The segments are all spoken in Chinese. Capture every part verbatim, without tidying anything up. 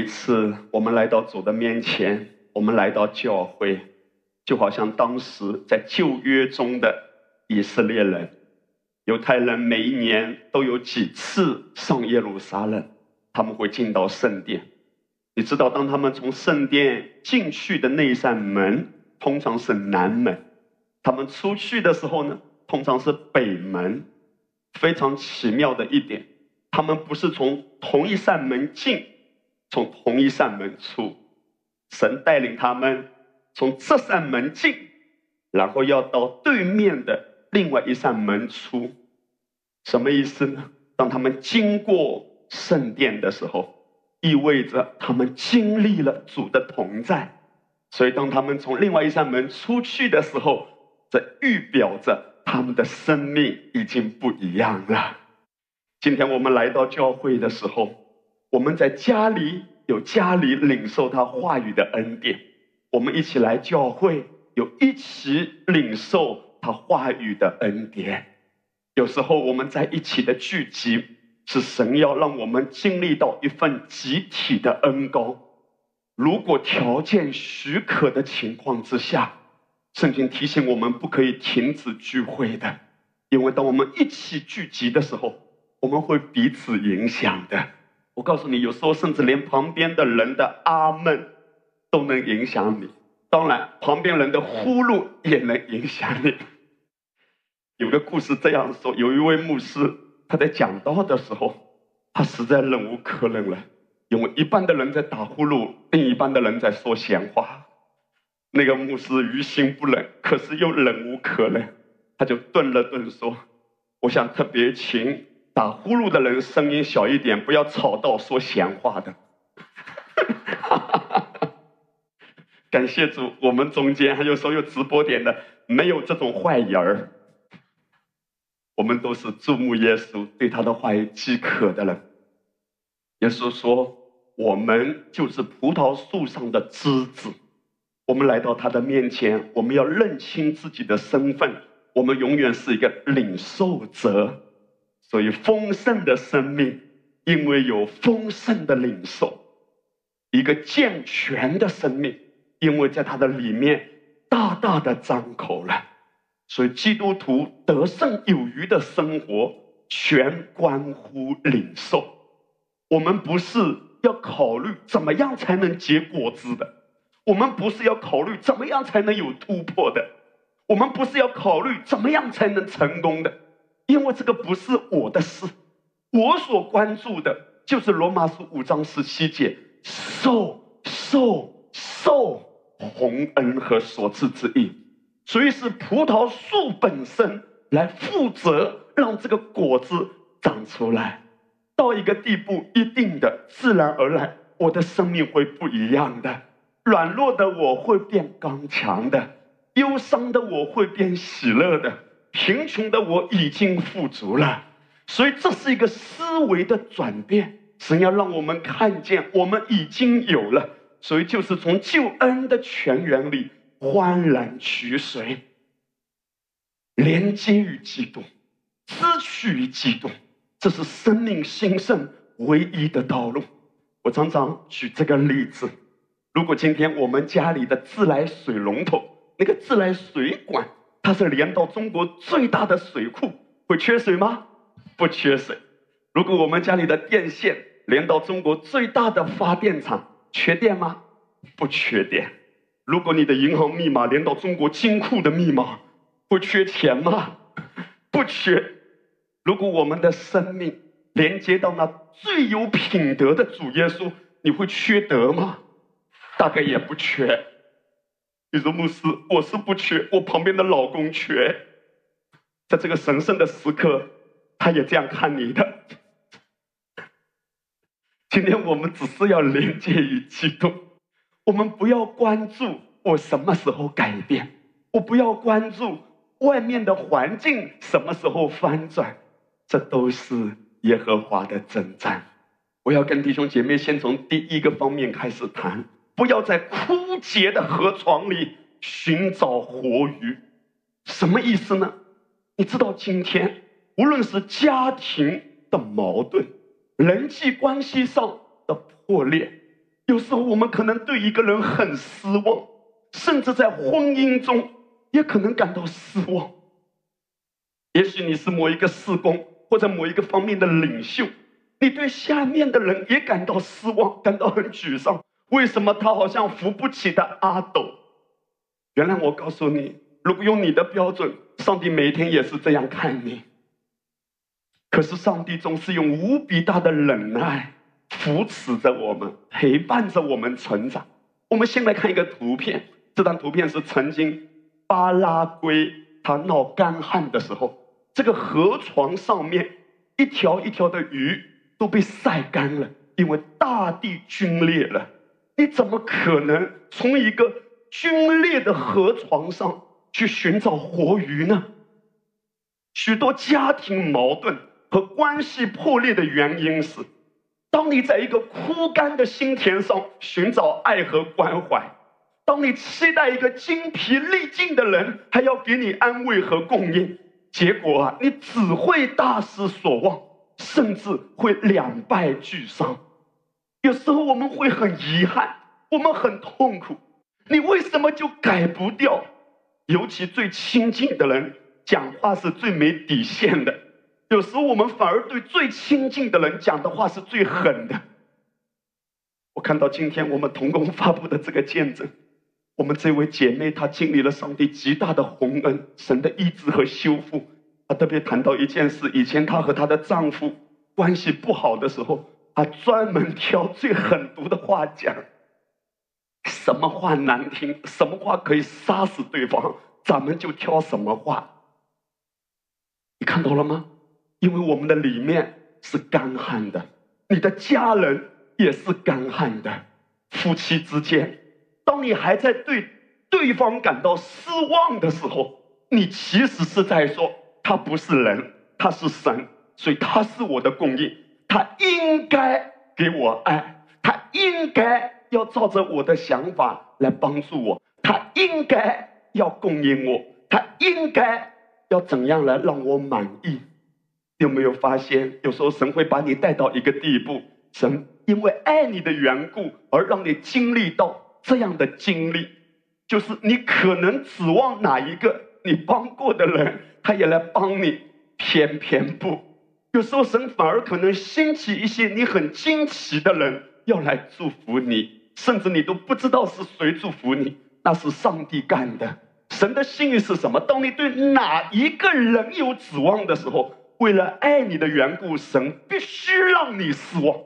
一次我们来到主的面前，我们来到教会，就好像当时在旧约中的以色列人，犹太人每一年都有几次上耶路撒冷，他们会进到圣殿。你知道，当他们从圣殿进去的那一扇门通常是南门，他们出去的时候呢，通常是北门。非常奇妙的一点，他们不是从同一扇门进，从同一扇门出，神带领他们从这扇门进，然后要到对面的另外一扇门出。什么意思呢？当他们经过圣殿的时候，意味着他们经历了主的同在，所以当他们从另外一扇门出去的时候，这预表着他们的生命已经不一样了。今天我们来到教会的时候，我们在家里有家里领受他话语的恩典，我们一起来教会有一起领受他话语的恩典。有时候我们在一起的聚集，是神要让我们经历到一份集体的恩膏。如果条件许可的情况之下，圣经提醒我们不可以停止聚会的，因为当我们一起聚集的时候，我们会彼此影响的。我告诉你，有时候甚至连旁边的人的阿们都能影响你，当然旁边人的呼噜也能影响你。有个故事这样说，有一位牧师，他在讲道的时候，他实在忍无可忍了，因为一半的人在打呼噜，另一半的人在说闲话。那个牧师于心不忍，可是又忍无可忍，他就顿了顿说，我想特别请打呼噜的人声音小一点，不要吵到说闲话的。感谢主，我们中间还有所有直播点的没有这种坏人儿，我们都是注目耶稣，对他的话语饥渴的人。耶稣说，我们就是葡萄树上的枝子，我们来到他的面前，我们要认清自己的身份，我们永远是一个领受者。所以丰盛的生命，因为有丰盛的领受；一个健全的生命，因为在他的里面大大的张口了。所以基督徒得胜有余的生活，全关乎领受。我们不是要考虑怎么样才能结果子的，我们不是要考虑怎么样才能有突破的，我们不是要考虑怎么样才能成功的，因为这个不是我的事。我所关注的就是罗马书五章十七节，受受受洪恩和所赐之义。所以是葡萄树本身来负责让这个果子长出来，到一个地步，一定的自然而然，我的生命会不一样的。软弱的我会变刚强的，忧伤的我会变喜乐的，贫穷的我已经富足了。所以这是一个思维的转变，神要让我们看见我们已经有了。所以就是从救恩的泉源里欢然取水，连接于基督，支取于基督，这是生命兴盛唯一的道路。我常常举这个例子，如果今天我们家里的自来水龙头，那个自来水管，它是连到中国最大的水库，会缺水吗？不缺水。如果我们家里的电线连到中国最大的发电厂，缺电吗？不缺电。如果你的银行密码连到中国金库的密码，会缺钱吗？不缺。如果我们的生命连接到那最有品德的主耶稣，你会缺德吗？大概也不缺。你说牧师，我是不缺，我旁边的老公缺。在这个神圣的时刻，他也这样看你的。今天我们只是要连接于基督，我们不要关注我什么时候改变，我不要关注外面的环境什么时候翻转，这都是耶和华的征战。我要跟弟兄姐妹先从第一个方面开始谈，不要在枯竭的河床里寻找活鱼。什么意思呢？你知道今天无论是家庭的矛盾，人际关系上的破裂， 有时候我们可能对一个人很失望，甚至在婚姻中也可能感到失望。也许你是某一个事工或者某一个方面的领袖，你对下面的人也感到失望，感到很沮丧。为什么他好像扶不起的阿斗？原来我告诉你，如果用你的标准，上帝每天也是这样看你。可是上帝总是用无比大的忍耐扶持着我们，陪伴着我们成长。我们先来看一个图片，这张图片是曾经巴拉圭他闹干旱的时候，这个河床上面一条一条的鱼都被晒干了，因为大地龟裂了。你怎么可能从一个龟裂的河床上去寻找活鱼呢？许多家庭矛盾和关系破裂的原因是，当你在一个枯干的心田上寻找爱和关怀，当你期待一个精疲力尽的人还要给你安慰和供应，结果啊，你只会大失所望，甚至会两败俱伤。有时候我们会很遗憾，我们很痛苦，你为什么就改不掉？尤其最亲近的人讲话是最没底线的，有时候我们反而对最亲近的人讲的话是最狠的。我看到今天我们同工发布的这个见证，我们这位姐妹她经历了上帝极大的宏恩，神的医治和修复。她特别谈到一件事，以前她和她的丈夫关系不好的时候，她专门挑最狠毒的话讲，什么话难听，什么话可以杀死对方，咱们就挑什么话。你看到了吗？因为我们的里面是干旱的，你的家人也是干旱的。夫妻之间，当你还在对对方感到失望的时候，你其实是在说，他不是人，他是神，所以他是我的供应，他应该给我爱，他应该要照着我的想法来帮助我，他应该要供应我，他应该要怎样来让我满意。有没有发现，有时候神会把你带到一个地步，神因为爱你的缘故而让你经历到这样的经历，就是你可能指望哪一个你帮过的人他也来帮你，偏偏不。有时候神反而可能兴起一些你很惊奇的人要来祝福你，甚至你都不知道是谁祝福你，那是上帝干的。神的心意是什么？当你对哪一个人有指望的时候，为了爱你的缘故，神必须让你失望。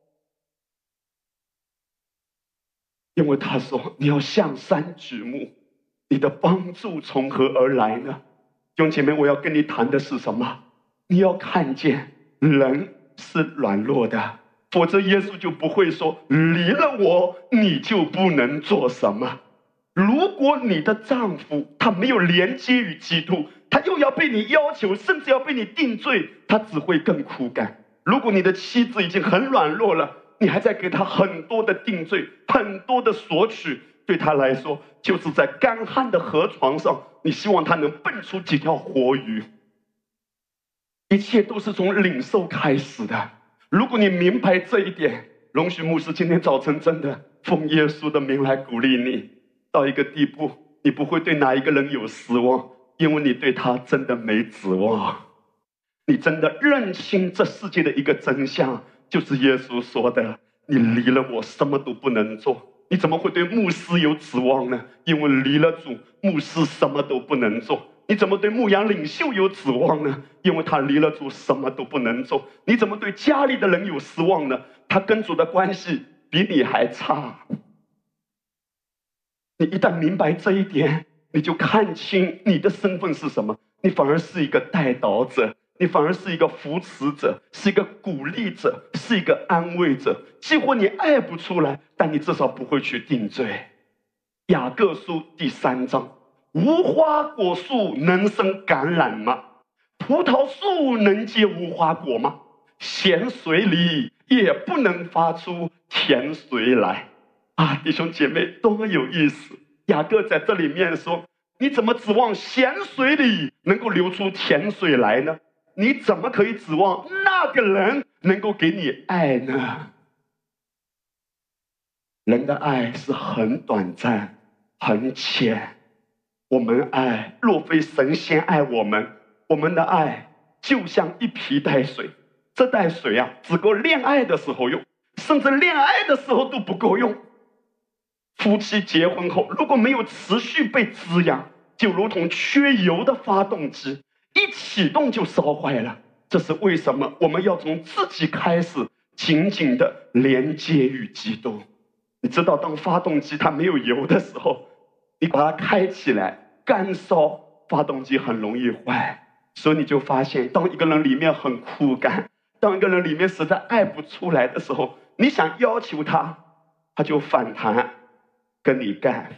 因为他说，你要向山举目，你的帮助从何而来呢？弟兄姐妹，我要跟你谈的是什么？你要看见人是软弱的，否则耶稣就不会说，离了我你就不能做什么。如果你的丈夫他没有连接于基督，他又要被你要求，甚至要被你定罪，他只会更枯干。如果你的妻子已经很软弱了，你还在给他很多的定罪，很多的索取，对他来说就是在干旱的河床上，你希望他能蹦出几条活鱼。一切都是从领受开始的。如果你明白这一点，容许牧师今天早晨真的奉耶稣的名来鼓励你，到一个地步，你不会对哪一个人有失望，因为你对他真的没指望。你真的认清这世界的一个真相，就是耶稣说的，你离了我什么都不能做。你怎么会对牧师有指望呢？因为离了主，牧师什么都不能做。你怎么对牧羊领袖有指望呢？因为他离了主，什么都不能做。你怎么对家里的人有失望呢？他跟主的关系比你还差。你一旦明白这一点，你就看清你的身份是什么。你反而是一个代祷者，你反而是一个扶持者，是一个鼓励者，是一个安慰者。几乎你爱不出来，但你至少不会去定罪。雅各书第三章，无花果树能生橄榄吗？葡萄树能结无花果吗？咸水里也不能发出甜水来。啊，弟兄姐妹，多么有意思！雅各在这里面说，你怎么指望咸水里能够流出甜水来呢？你怎么可以指望那个人能够给你爱呢？ 人的爱是很短暂、很浅。我们爱，若非神先爱我们，我们的爱就像一皮带水。这袋水啊，只够恋爱的时候用，甚至恋爱的时候都不够用。夫妻结婚后，如果没有持续被滋养，就如同缺油的发动机，一启动就烧坏了。这是为什么我们要从自己开始，紧紧的连接于基督。你知道，当发动机它没有油的时候，你把它开起来干烧，发动机很容易坏。所以你就发现，当一个人里面很枯干，当一个人里面实在爱不出来的时候，你想要求他，他就反弹跟你干。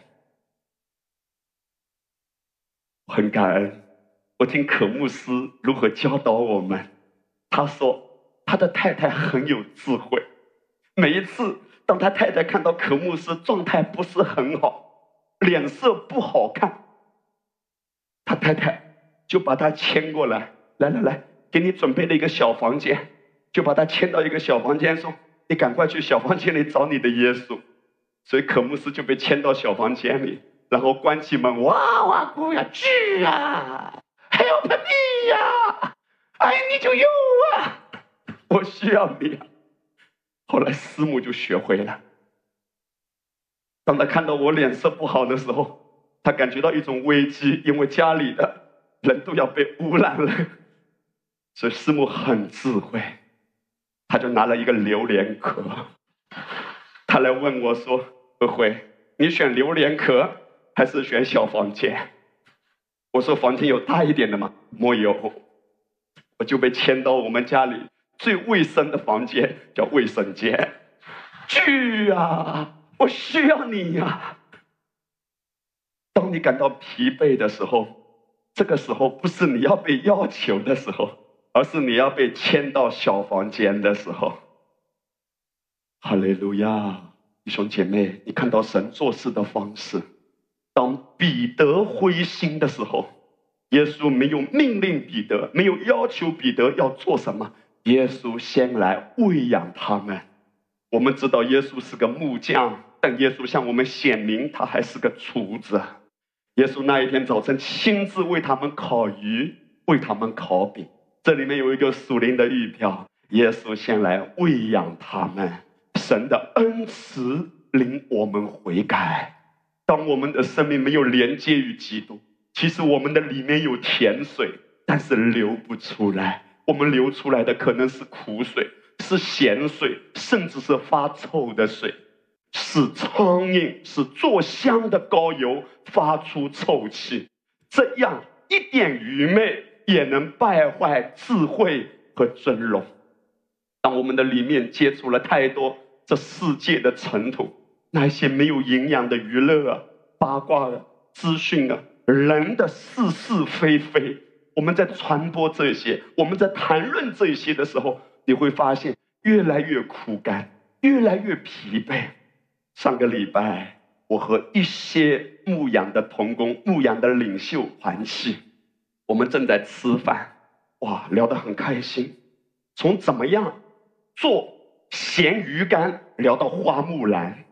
很感恩，我听可牧师如何教导我们。他说他的太太很有智慧，每一次当他太太看到可牧师状态不是很好，脸色不好看，他太太就把他牵过来，来来来，给你准备了一个小房间，就把他牵到一个小房间，说你赶快去小房间里找你的耶稣。所以可牧师就被牵到小房间里，然后关起门，哇哇哭呀，去啊 ，help me 呀 ，I need you 啊，我需要你啊。后来师母就学会了，当他看到我脸色不好的时候，他感觉到一种危机，因为家里的人都要被污染了。所以师母很智慧，他就拿了一个榴莲壳，他来问我说：“何辉，你选榴莲壳还是选小房间？”我说：“房间有大一点的吗？”没有，我就被牵到我们家里最卫生的房间，叫卫生间。去啊！我需要你呀、啊！当你感到疲惫的时候，这个时候不是你要被要求的时候，而是你要被牵到小房间的时候。哈利路亚！弟兄姐妹，你看到神做事的方式。当彼得灰心的时候，耶稣没有命令彼得，没有要求彼得要做什么，耶稣先来喂养他们。我们知道耶稣是个木匠，但耶稣向我们显明他还是个厨子。耶稣那一天早晨亲自为他们烤鱼，为他们烤饼。这里面有一个属灵的预表，耶稣先来喂养他们。神的恩慈领我们悔改。当我们的生命没有连接于基督，其实我们的里面有甜水，但是流不出来。我们流出来的可能是苦水，是咸水，甚至是发臭的水，是苍蝇，是做香的膏油发出臭气。这样一点愚昧也能败坏智慧和尊荣。当我们的里面接触了太多这世界的尘土，那些没有营养的娱乐啊、八卦啊、资讯啊、人的是是非非，我们在传播这些，我们在谈论这些的时候，你会发现越来越枯干，越来越疲惫。上个礼拜我和一些牧养的同工、牧养的领袖团契，我们正在吃饭，哇，聊得很开心，从怎么样做咸鱼干聊到花木兰，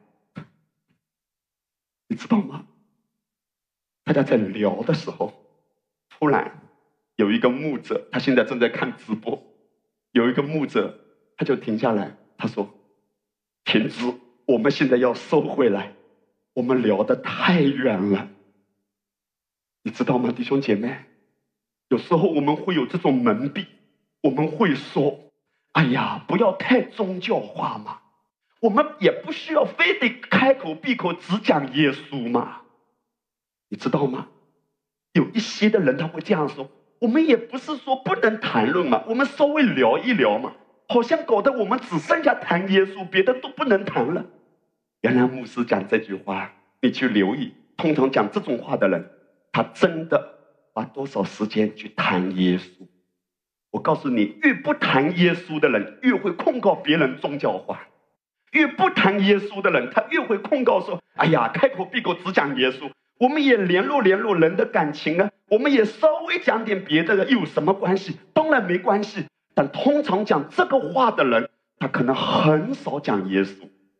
你知道吗？大家在聊的时候，突然有一个牧者，他现在正在看直播，有一个牧者他就停下来，他说：“停止，我们现在要收回来，我们聊得太远了。”你知道吗，弟兄姐妹？有时候我们会有这种蒙蔽，我们会说：“哎呀，不要太宗教化嘛，我们也不需要非得开口闭口只讲耶稣嘛。”你知道吗？有一些的人他会这样说：“我们也不是说不能谈论嘛，我们稍微聊一聊嘛，好像搞得我们只剩下谈耶稣，别的都不能谈了。”原来牧师讲这句话，你去留意，通常讲这种话的人，他真的花多少时间去谈耶稣？我告诉你，越不谈耶稣的人，越会控告别人宗教化；越不谈耶稣的人，他越会控告说：“哎呀，开口闭口只讲耶稣。”我们也联络联络人的感情啊，我们也稍微讲点别的，有什么关系？当然没关系。但通常讲这个话的人，他可能很少讲耶稣。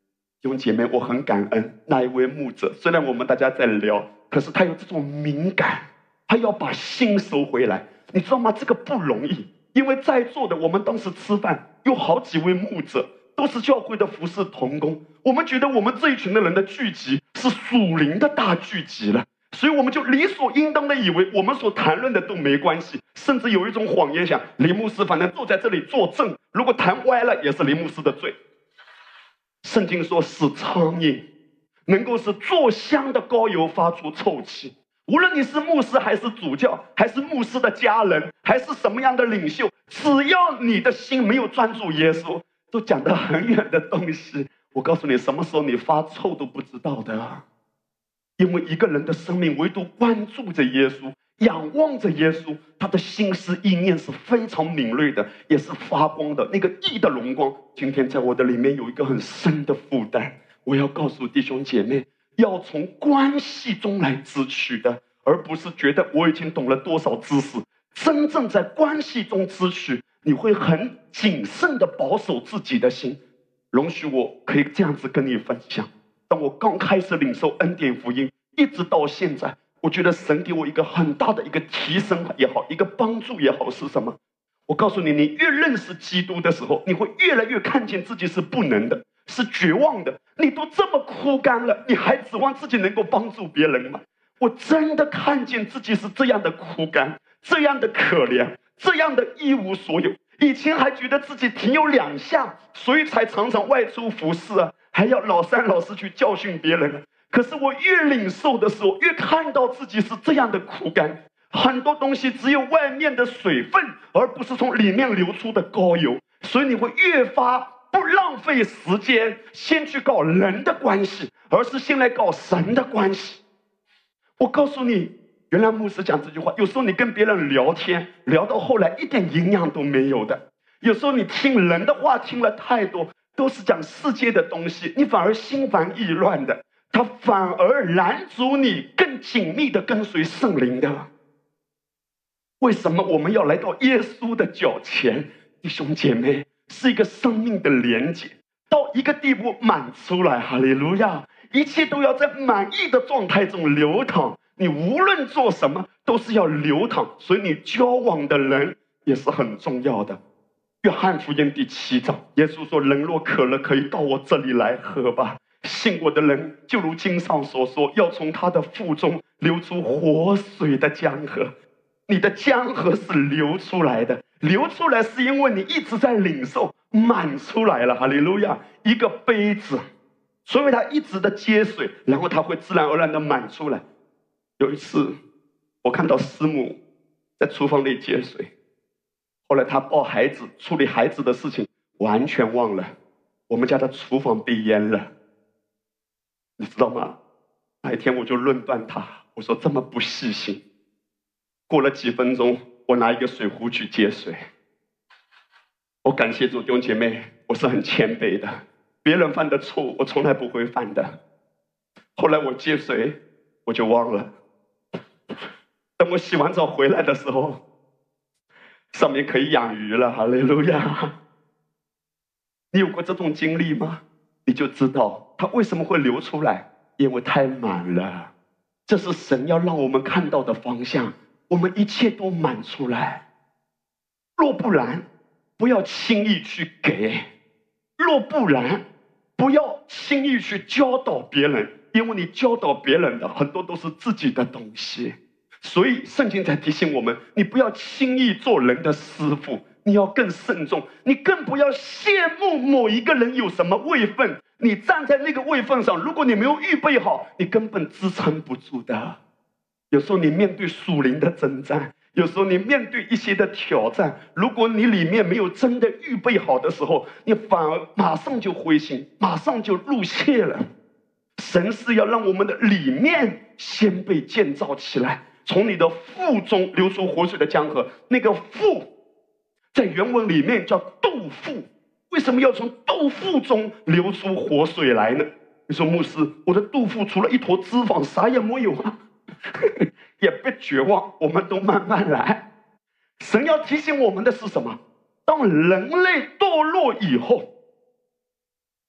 弟兄姐妹，我很感恩那一位牧者，虽然我们大家在聊，可是他有这种敏感，他要把心收回来，你知道吗？这个不容易，因为在座的我们当时吃饭有好几位牧者，都是教会的服侍同工，我们觉得我们这一群的人的聚集是属灵的大聚集了，所以我们就理所应当的以为我们所谈论的都没关系，甚至有一种谎言，想林牧师反正坐在这里作证，如果谈歪了也是林牧师的罪。圣经说使苍蝇能够使做香的膏油发出臭气，无论你是牧师还是主教，还是牧师的家人，还是什么样的领袖，只要你的心没有专注耶稣，都讲得很远的东西，我告诉你什么时候你发臭都不知道的。因为一个人的生命唯独关注着耶稣，仰望着耶稣，他的心思意念是非常敏锐的，也是发光的，那个义的荣光今天在我的里面有一个很深的负担，我要告诉弟兄姐妹，要从关系中来支取的，而不是觉得我已经懂了多少知识。真正在关系中支取，你会很谨慎的保守自己的心。容许我可以这样子跟你分享，当我刚开始领受恩典福音，一直到现在，我觉得神给我一个很大的一个提升也好，一个帮助也好，是什么？我告诉你，你越认识基督的时候，你会越来越看见自己是不能的，是绝望的。你都这么枯干了，你还指望自己能够帮助别人吗？我真的看见自己是这样的枯干，这样的可怜，这样的一无所有。以前还觉得自己挺有两项，所以才常常外出服侍啊，还要老三老四去教训别人啊。可是我越领受的时候，越看到自己是这样的枯干，很多东西只有外面的水分，而不是从里面流出的膏油，所以你会越发不浪费时间先去搞人的关系，而是先来搞神的关系。我告诉你，原来牧师讲这句话，有时候你跟别人聊天聊到后来一点营养都没有的，有时候你听人的话听了太多，都是讲世界的东西，你反而心烦意乱的，它反而拦阻你更紧密的跟随圣灵的。为什么我们要来到耶稣的脚前？弟兄姐妹，是一个生命的连结，到一个地步满出来，哈利路亚！一切都要在满意的状态中流淌，你无论做什么都是要流淌，所以你交往的人也是很重要的。约翰福音第七章，耶稣说：人若渴了，可以到我这里来喝吧。信我的人，就如经上所说，要从他的腹中流出活水的江河。你的江河是流出来的，流出来是因为你一直在领受，满出来了，哈利路亚！一个杯子，所以它一直的接水，然后它会自然而然的满出来。有一次，我看到师母在厨房里接水，后来她抱孩子，处理孩子的事情，完全忘了我们家的厨房被淹了。你知道吗？那一天我就论断她，我说这么不细心。过了几分钟，我拿一个水壶去接水。我感谢主，弟兄姐妹，我是很谦卑的，别人犯的错我从来不会犯的。后来我接水我就忘了，等我洗完澡回来的时候，上面可以养鱼了，哈利路亚！你有过这种经历吗？你就知道它为什么会流出来，因为太满了。这是神要让我们看到的方向，我们一切都满出来。若不然，不要轻易去给；若不然，不要轻易去教导别人，因为你教导别人的很多都是自己的东西。所以圣经才提醒我们，你不要轻易做人的师傅，你要更慎重，你更不要羡慕某一个人有什么位分，你站在那个位分上，如果你没有预备好，你根本支撑不住的。有时候你面对属灵的征战，有时候你面对一些的挑战，如果你里面没有真的预备好的时候，你反而马上就灰心，马上就入怯了。神是要让我们的里面先被建造起来，从你的腹中流出活水的江河。那个腹在原文里面叫肚腹，为什么要从肚腹中流出活水来呢？你说牧师，我的肚腹除了一坨脂肪啥也没有啊。也别绝望，我们都慢慢来。神要提醒我们的是什么？当人类堕落以后，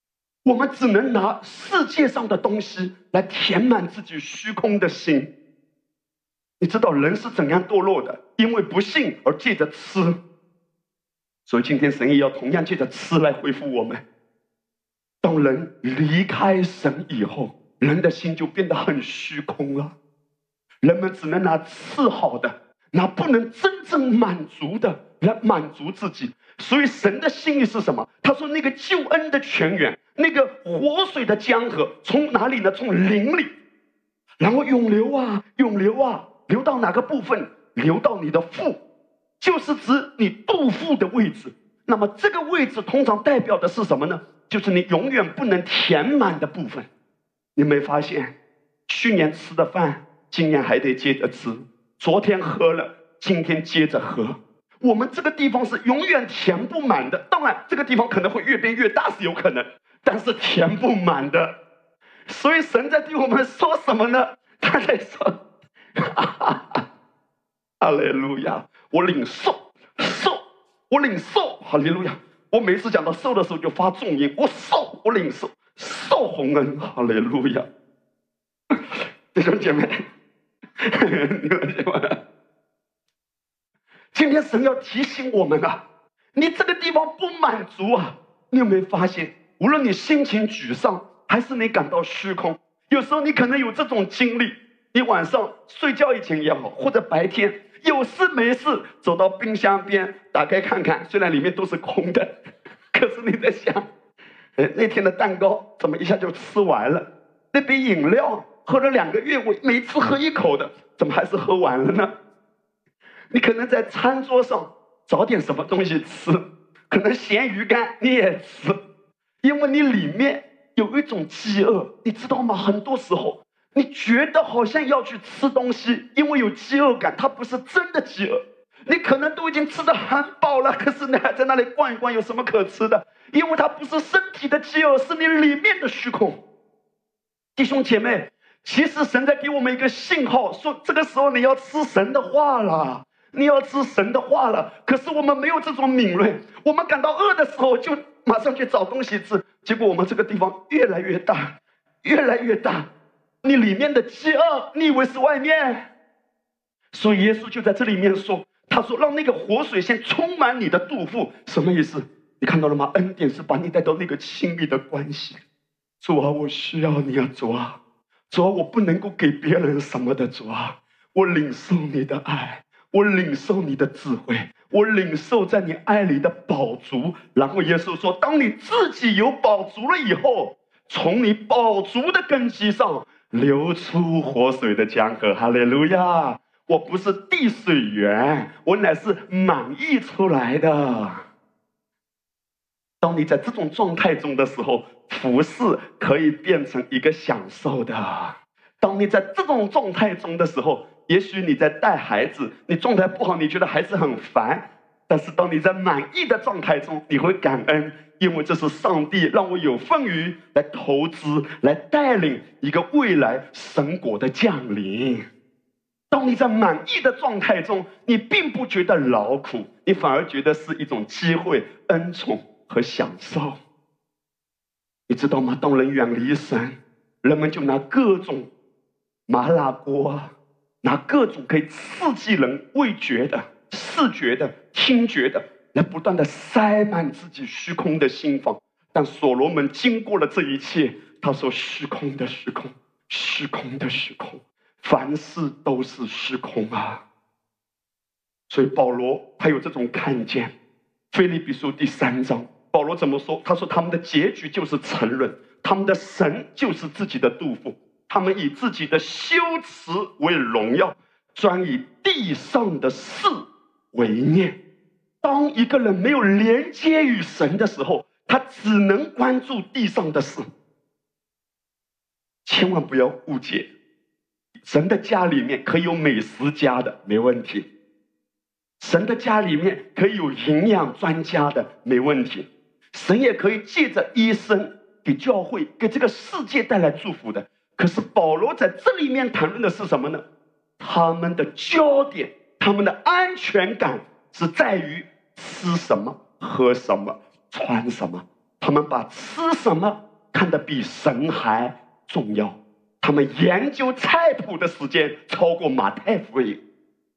我们只能拿世界上的东西来填满自己虚空的心。你知道人是怎样堕落的？因为不信而借着吃。所以今天神也要同样借着吃来恢复我们。当人离开神以后，人的心就变得很虚空了。人们只能拿次好的，拿不能真正满足的来满足自己。所以神的心意是什么？他说那个救恩的泉源，那个活水的江河，从哪里呢？从灵里，然后涌流啊涌流啊，流到哪个部分？流到你的腹，就是指你肚腹的位置。那么这个位置通常代表的是什么呢？就是你永远不能填满的部分。你没发现去年吃的饭今年还得接着吃，昨天喝了今天接着喝。我们这个地方是永远填不满的，当然这个地方可能会越变越大是有可能，但是填不满的。所以神在对我们说什么呢？他在说哈利路亚，我领受受我领受，哈利路亚。我每次讲到受的时候就发重音，我受我领受受洪恩，哈利路亚。弟兄姐妹，你们姐妹，今天神要提醒我们啊，你这个地方不满足啊。你有没有发现，无论你心情沮丧还是你感到虚空，有时候你可能有这种经历，你晚上睡觉以前也好，或者白天有事没事走到冰箱边打开看看，虽然里面都是空的，可是你在想，哎，那天的蛋糕怎么一下就吃完了？那杯饮料喝了两个月，我每次喝一口的，怎么还是喝完了呢？你可能在餐桌上找点什么东西吃，可能咸鱼干你也吃，因为你里面有一种饥饿，你知道吗？很多时候你觉得好像要去吃东西，因为有饥饿感，它不是真的饥饿。你可能都已经吃得很饱了，可是你还在那里逛一逛，有什么可吃的？因为它不是身体的饥饿，是你里面的虚空。弟兄姐妹，其实神在给我们一个信号，说这个时候你要吃神的话了，你要吃神的话了。可是我们没有这种敏锐，我们感到饿的时候就马上去找东西吃，结果我们这个地方越来越大，越来越大。你里面的饥饿，你以为是外面？所以耶稣就在这里面说，他说让那个活水先充满你的肚腹。什么意思？你看到了吗？恩典是把你带到那个亲密的关系。主啊，我需要你啊，主啊，主啊，我不能够给别人什么的，主啊，我领受你的爱，我领受你的智慧，我领受在你爱里的饱足。然后耶稣说，当你自己有饱足了以后，从你饱足的根基上流出活水的江河。哈利路亚！我不是滴水源，我乃是满溢出来的。当你在这种状态中的时候，服侍可以变成一个享受的。当你在这种状态中的时候，也许你在带孩子，你状态不好，你觉得孩子很烦，但是当你在满意的状态中，你会感恩，因为这是上帝让我有份于来投资，来带领一个未来神国的降临。当你在满意的状态中，你并不觉得劳苦，你反而觉得是一种机会、恩宠和享受。你知道吗？当人远离神，人们就拿各种麻辣锅，拿各种可以刺激人味觉的、视觉的、听觉的，来不断的塞满自己虚空的心房。但所罗门经过了这一切，他说：虚空的虚空，虚空的虚空，凡事都是虚空啊。所以保罗他有这种看见。腓立比书第三章，保罗怎么说？他说他们的结局就是沉沦，他们的神就是自己的肚腹，他们以自己的羞耻为荣耀，专以地上的事为念。当一个人没有连接于神的时候，他只能关注地上的事。千万不要误解，神的家里面可以有美食家的，没问题；神的家里面可以有营养专家的，没问题。神也可以借着医生给教会、给这个世界带来祝福的。可是保罗在这里面谈论的是什么呢？他们的焦点、他们的安全感是在于吃什么、喝什么、穿什么。他们把吃什么看得比神还重要。他们研究菜谱的时间超过马太福音。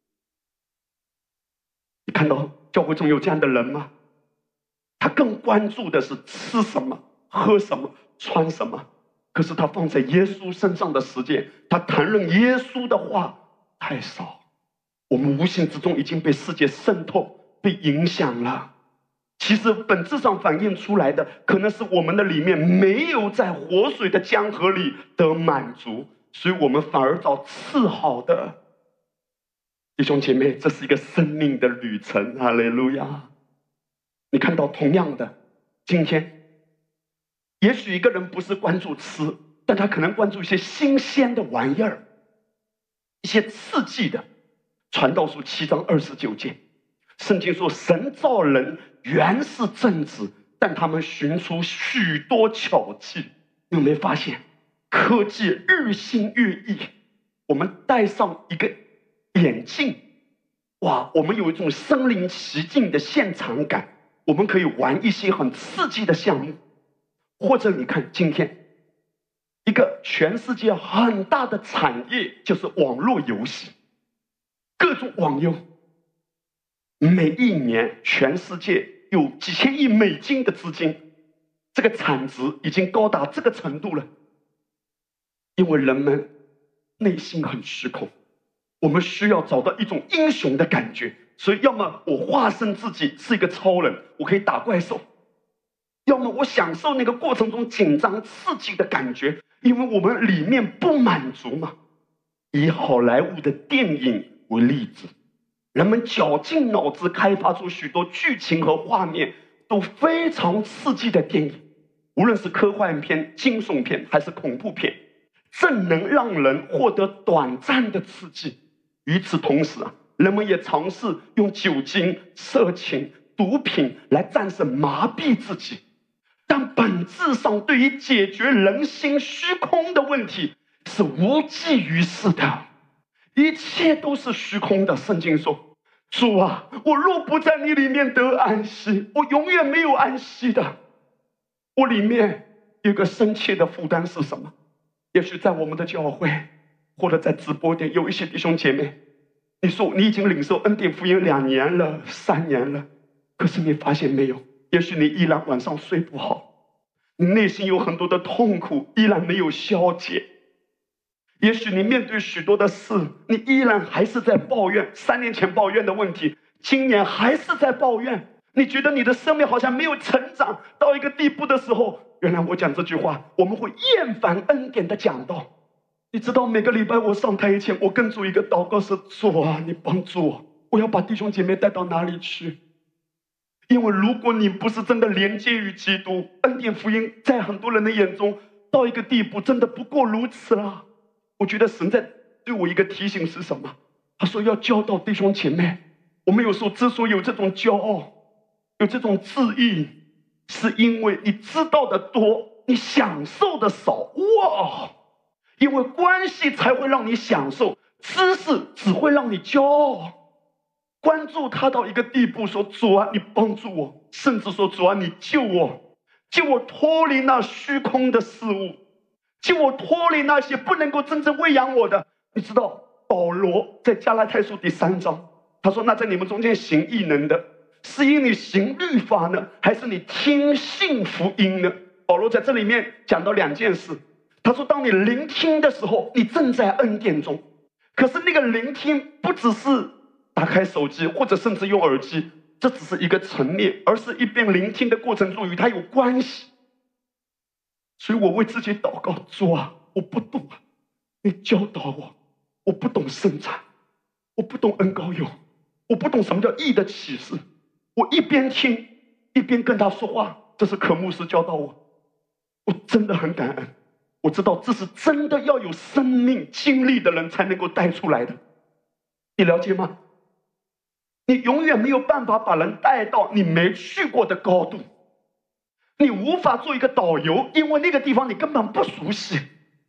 你看到教会中有这样的人吗？他更关注的是吃什么、喝什么、穿什么，可是他放在耶稣身上的时间，他谈论耶稣的话太少。我们无形之中已经被世界渗透、被影响了。其实本质上反映出来的，可能是我们的里面没有在活水的江河里得满足，所以我们反而找次好的。弟兄姐妹，这是一个生命的旅程，哈利路亚！你看到同样的，今天也许一个人不是关注吃，但他可能关注一些新鲜的玩意儿，一些刺激的。传道书七章二十九节，圣经说神造人原是正直，但他们寻出许多巧计。你有没有发现科技日新月异？我们戴上一个眼镜，哇，我们有一种身临其境的现场感，我们可以玩一些很刺激的项目。或者你看今天一个全世界很大的产业，就是网络游戏，各种网游，每一年全世界有几千亿美金的资金，这个产值已经高达这个程度了。因为人们内心很虚空，我们需要找到一种英雄的感觉，所以要么我化身自己是一个超人，我可以打怪兽，要么我享受那个过程中紧张刺激的感觉，因为我们里面不满足嘛。以好莱坞的电影为例子，人们绞尽脑汁开发出许多剧情和画面都非常刺激的电影，无论是科幻片、惊悚片还是恐怖片，正能让人获得短暂的刺激。与此同时啊，人们也尝试用酒精、色情、毒品来暂时麻痹自己，但本质上对于解决人心虚空的问题是无济于事的，一切都是虚空的。圣经说，主啊，我若不在你里面得安息，我永远没有安息的。我里面有个深切的负担是什么？也许在我们的教会或者在直播间有一些弟兄姐妹，你说你已经领受恩典福音两年了、三年了，可是你发现没有，也许你依然晚上睡不好，你内心有很多的痛苦依然没有消解。也许你面对许多的事，你依然还是在抱怨，三年前抱怨的问题，今年还是在抱怨。你觉得你的生命好像没有成长到一个地步的时候，原来我讲这句话，我们会厌烦恩典的讲道。你知道每个礼拜我上台以前，我跟主一个祷告是，主啊，你帮助我，我要把弟兄姐妹带到哪里去？因为如果你不是真的连接于基督，恩典福音在很多人的眼中到一个地步真的不过如此了。我觉得神在对我一个提醒是什么？他说要教导弟兄姐妹，我们有时候之所以有这种骄傲，有这种自义，是因为你知道的多，你享受的少。哇！因为关系才会让你享受，知识只会让你骄傲。关注他到一个地步，说主啊，你帮助我，甚至说主啊，你救我，救我脱离那虚空的事物，救我脱离那些不能够真正喂养我的。你知道保罗在加拉太书第三章，他说，那在你们中间行异能的，是因你行律法呢，还是你听信福音呢？保罗在这里面讲到两件事。他说，当你聆听的时候，你正在恩典中，可是那个聆听不只是打开手机或者甚至用耳机，这只是一个层面，而是一边聆听的过程中与它有关系。所以我为自己祷告，主啊，我不懂啊，你教导我，我不懂生产，我不懂恩膏油，我不懂什么叫义的启示。我一边听一边跟他说话，这是可牧师教导我，我真的很感恩。我知道这是真的要有生命经历的人才能够带出来的，你了解吗？你永远没有办法把人带到你没去过的高度，你无法做一个导游，因为那个地方你根本不熟悉。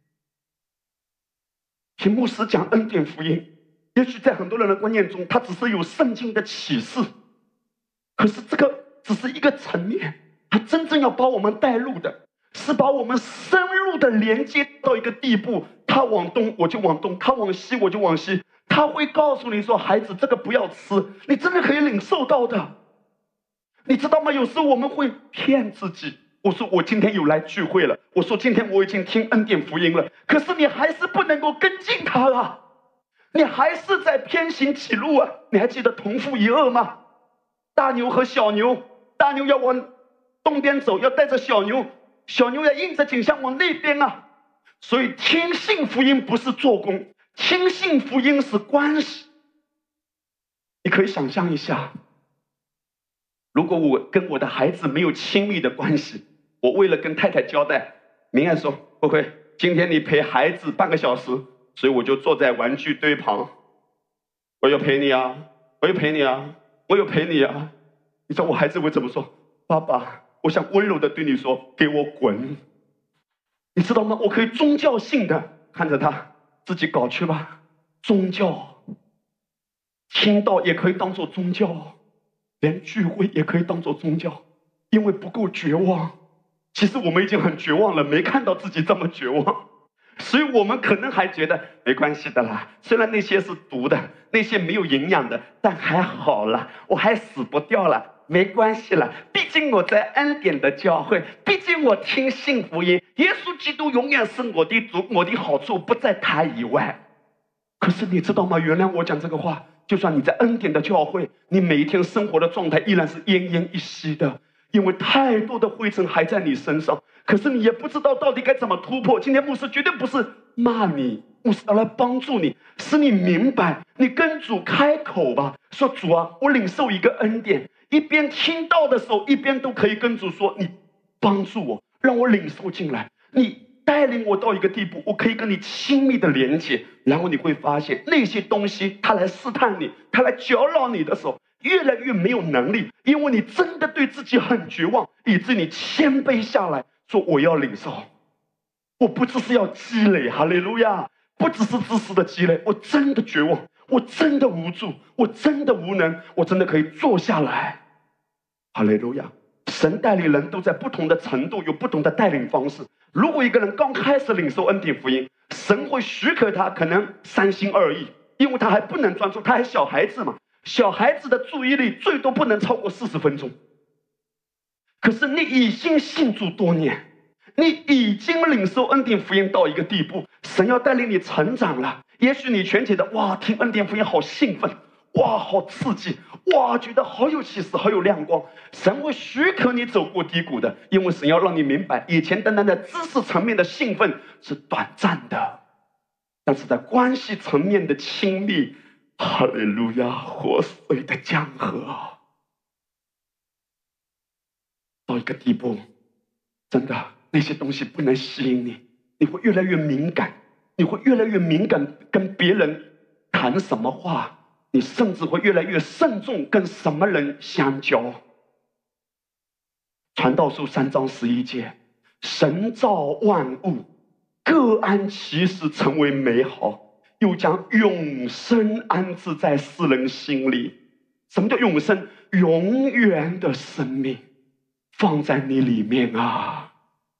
听牧师讲恩典福音，也许在很多人的观念中，他只是有圣经的启示，可是这个只是一个层面，他真正要把我们带入的是把我们深入的连接到一个地步，他往东我就往东，他往西我就往西。他会告诉你说，孩子，这个不要吃，你真的可以领受到的。你知道吗？有时候我们会骗自己，我说我今天有来聚会了，我说今天我已经听恩典福音了，可是你还是不能够跟进他啊，你还是在偏行己路啊。你还记得同父异母吗？大牛和小牛，大牛要往东边走，要带着小牛，小牛要硬着颈项往那边啊。所以听信福音不是做工，听信福音是关系。你可以想象一下，如果我跟我的孩子没有亲密的关系，我为了跟太太交代，明爱说慧慧，今天你陪孩子半个小时，所以我就坐在玩具堆旁，我要陪你啊，我要陪你啊，我要陪你啊。你知道我孩子会怎么说？爸爸，我想温柔的对你说，给我滚。你知道吗？我可以宗教性的看着他自己搞去吧。宗教听到也可以当作宗教，连聚会也可以当作宗教，因为不够绝望。其实我们已经很绝望了，没看到自己这么绝望，所以我们可能还觉得没关系的啦，虽然那些是毒的，那些没有营养的，但还好啦，我还死不掉了，没关系了，毕竟我在恩典的教会，毕竟我听信福音，耶稣基督永远是我的主，我的好处不在他以外。可是你知道吗？原谅我讲这个话，就算你在恩典的教会，你每一天生活的状态依然是奄奄一息的，因为太多的灰尘还在你身上，可是你也不知道到底该怎么突破。今天牧师绝对不是骂你，牧师要来帮助你，使你明白，你跟主开口吧，说主啊，我领受一个恩典，一边听到的时候，一边都可以跟主说，你帮助我，让我领受进来，你带领我到一个地步，我可以跟你亲密的连接。然后你会发现那些东西它来试探你，它来搅扰你的时候，越来越没有能力，因为你真的对自己很绝望，以致你谦卑下来说，我要领受，我不只是要积累，哈利路亚，不只是知识的积累，我真的绝望，我真的无助，我真的无能，我真的可以坐下来，哈利路亚。神带领人都在不同的程度，有不同的带领方式。如果一个人刚开始领受恩典福音，神会许可他可能三心二意，因为他还不能专注，他还小孩子嘛，小孩子的注意力最多不能超过四十分钟。可是你已经信主多年，你已经领受恩典福音到一个地步，神要带领你成长了。也许你全觉得哇，听恩典福音好兴奋，哇，好刺激，哇，觉得好有启示，好有亮光。神会许可你走过低谷的，因为神要让你明白，以前单单的知识层面的兴奋是短暂的，但是在关系层面的亲密，哈利路亚，活水的江河，到一个地步，真的那些东西不能吸引你，你会越来越敏感，你会越来越敏感跟别人谈什么话，你甚至会越来越慎重跟什么人相交。传道书三章十一节，神造万物，各安其时，成为美好，又将永生安置在世人心里。什么叫永生？永远的生命放在你里面啊！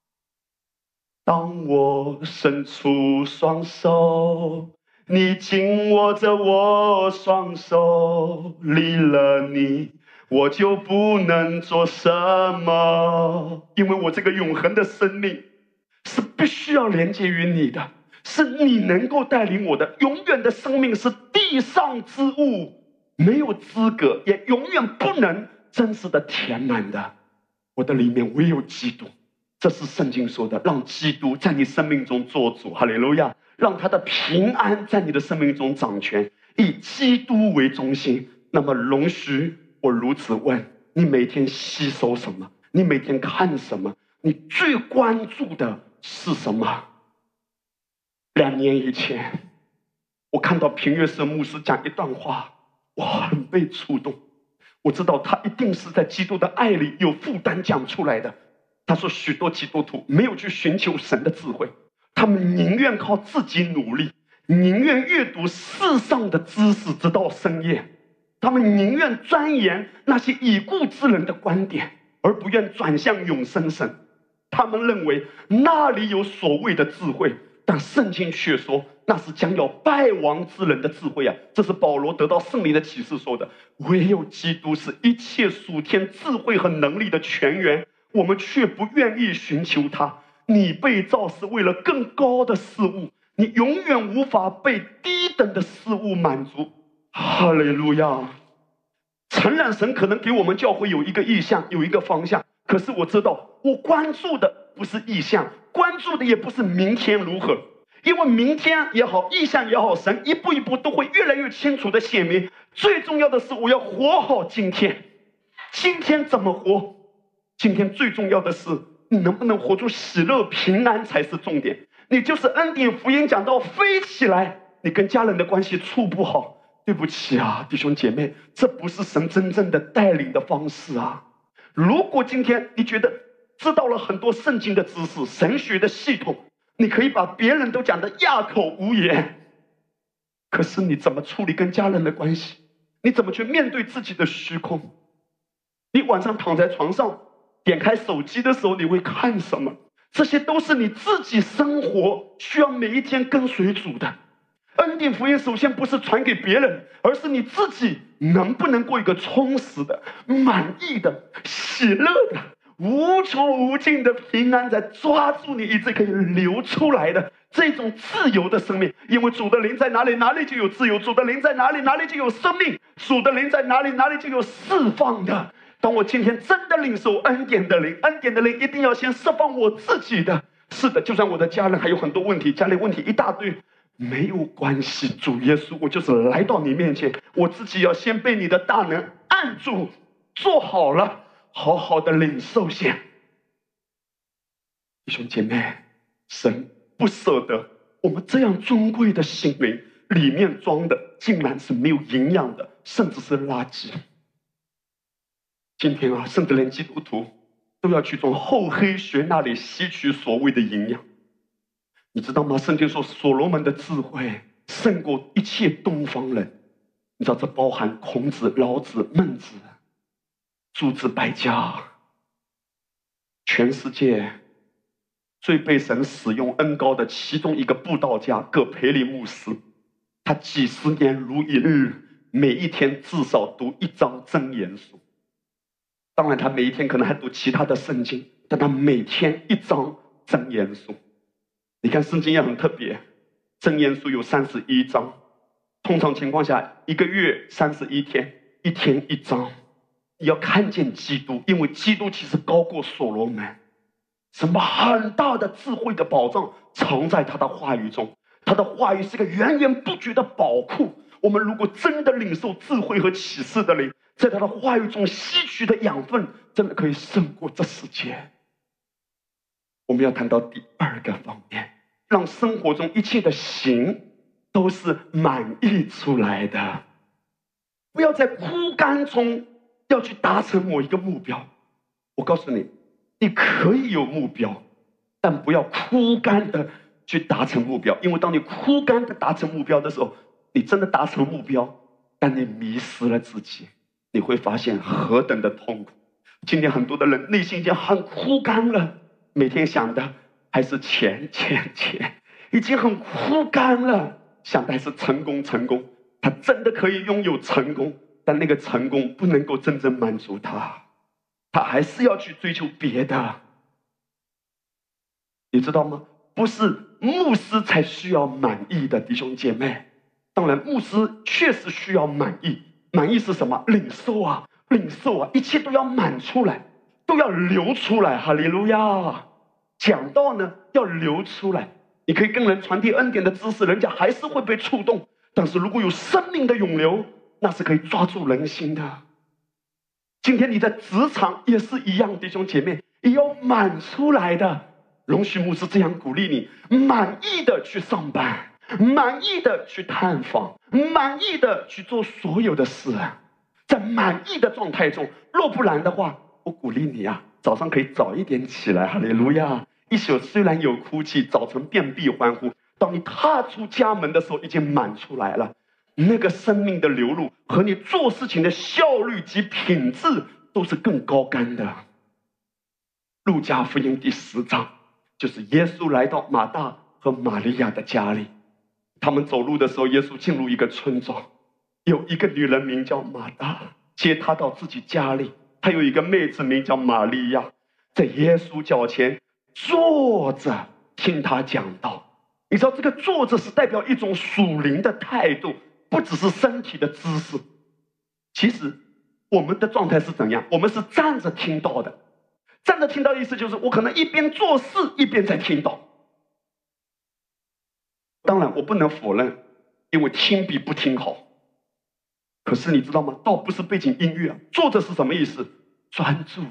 当我伸出双手，你紧握着我双手，离了你我就不能做什么，因为我这个永恒的生命是必须要连接于你的，是你能够带领我的。永远的生命是地上之物没有资格，也永远不能真实的填满的。我的里面唯有基督，这是圣经说的，让基督在你生命中做主，哈利路亚，让他的平安在你的生命中掌权，以基督为中心。那么容许我如此问，你每天吸收什么？你每天看什么？你最关注的是什么？两年以前，我看到平岳社牧师讲一段话，我很被触动。我知道他一定是在基督的爱里有负担讲出来的。他说，许多基督徒没有去寻求神的智慧，他们宁愿靠自己努力，宁愿阅读世上的知识直到深夜，他们宁愿钻研那些已故之人的观点，而不愿转向永生神。 他们认为那里有所谓的智慧，但圣经却说那是将要败亡之人的智慧啊！这是保罗得到圣灵的启示说的。唯有基督是一切属天智慧和能力的泉源，我们却不愿意寻求他。你被造是为了更高的事物，你永远无法被低等的事物满足。哈利路亚！诚然，神可能给我们教会有一个意向，有一个方向，可是我知道我关注的不是意向，关注的也不是明天如何，因为明天也好，意向也好，神一步一步都会越来越清楚的显明。最重要的是我要活好今天。今天怎么活？今天最重要的是你能不能活出喜乐平安才是重点。你就是恩典福音讲到飞起来，你跟家人的关系处不好，对不起啊，弟兄姐妹，这不是神真正的带领的方式啊。如果今天你觉得知道了很多圣经的知识，神学的系统，你可以把别人都讲得哑口无言，可是你怎么处理跟家人的关系？你怎么去面对自己的虚空？你晚上躺在床上点开手机的时候，你会看什么？这些都是你自己生活需要每一天跟随主的。恩典福音首先不是传给别人，而是你自己能不能过一个充实的、满意的、喜乐的、无穷无尽的平安，在抓住你一直可以流出来的这种自由的生命。因为主的灵在哪里，哪里就有自由；主的灵在哪里，哪里就有生命；主的灵在哪里，哪里就有释放的。当我今天真的领受恩典的灵，恩典的灵一定要先释放我自己的。是的，就算我的家人还有很多问题，家里问题一大堆，没有关系，主耶稣，我就是来到你面前，我自己要先被你的大能按住，做好了，好好的领受先。弟兄姐妹，神不舍得我们这样尊贵的心灵里面装的竟然是没有营养的，甚至是垃圾。今天啊，甚至连基督徒都要去从厚黑学那里吸取所谓的营养。你知道吗？圣经说所罗门的智慧胜过一切东方人。你知道这包含孔子、老子、孟子、诸子百家。全世界最被神使用恩膏的其中一个布道家葛培理牧师，他几十年如一日，每一天至少读一章箴言书。当然他每一天可能还读其他的圣经，但他每天一章箴言书。你看圣经也很特别，箴言书有三十一章，通常情况下一个月三十一天，一天一章。你要看见基督，因为基督其实高过所罗门。什么很大的智慧的宝藏藏在他的话语中，他的话语是个源源不绝的宝库。我们如果真的领受智慧和启示的灵，在他的话语中吸取的养分，真的可以胜过这世界。我们要谈到第二个方面，让生活中一切的行都是满意出来的。不要在枯干中要去达成某一个目标。我告诉你，你可以有目标，但不要枯干的去达成目标。因为当你枯干的达成目标的时候，你真的达成目标，但你迷失了自己，你会发现何等的痛苦。今天很多的人内心已经很枯干了，每天想的还是钱钱钱，已经很枯干了，想的还是成功成功。他真的可以拥有成功，但那个成功不能够真正满足他，他还是要去追求别的。你知道吗？不是牧师才需要满意的，弟兄姐妹。当然牧师确实需要满意，满意是什么？领受啊，领受啊，一切都要满出来，都要流出来。哈利路亚！讲道呢要流出来，你可以跟人传递恩典的知识，人家还是会被触动。但是如果有生命的涌流，那是可以抓住人心的。今天你在职场也是一样，弟兄姐妹，也要满出来的。容许牧师这样鼓励你，满意的去上班，满意的去探访，满意的去做所有的事，在满意的状态中。若不然的话，我鼓励你啊，早上可以早一点起来。哈利路亚！一宿虽然有哭泣，早晨便必欢呼。当你踏出家门的时候，已经满出来了。那个生命的流露和你做事情的效率及品质都是更高干的。 路加福音第十章，就是耶稣来到马大和玛利亚的家里。他们走路的时候，耶稣进入一个村庄，有一个女人名叫马大，接他到自己家里。他有一个妹子名叫玛利亚，在耶稣脚前坐着听他讲道。你知道这个坐着是代表一种属灵的态度，不只是身体的姿势。其实我们的状态是怎样？我们是站着听道的。站着听道的意思就是我可能一边做事一边在听道。当然我不能否认，因为听比不听好。可是你知道吗？道不是背景音乐啊。坐着是什么意思？专注。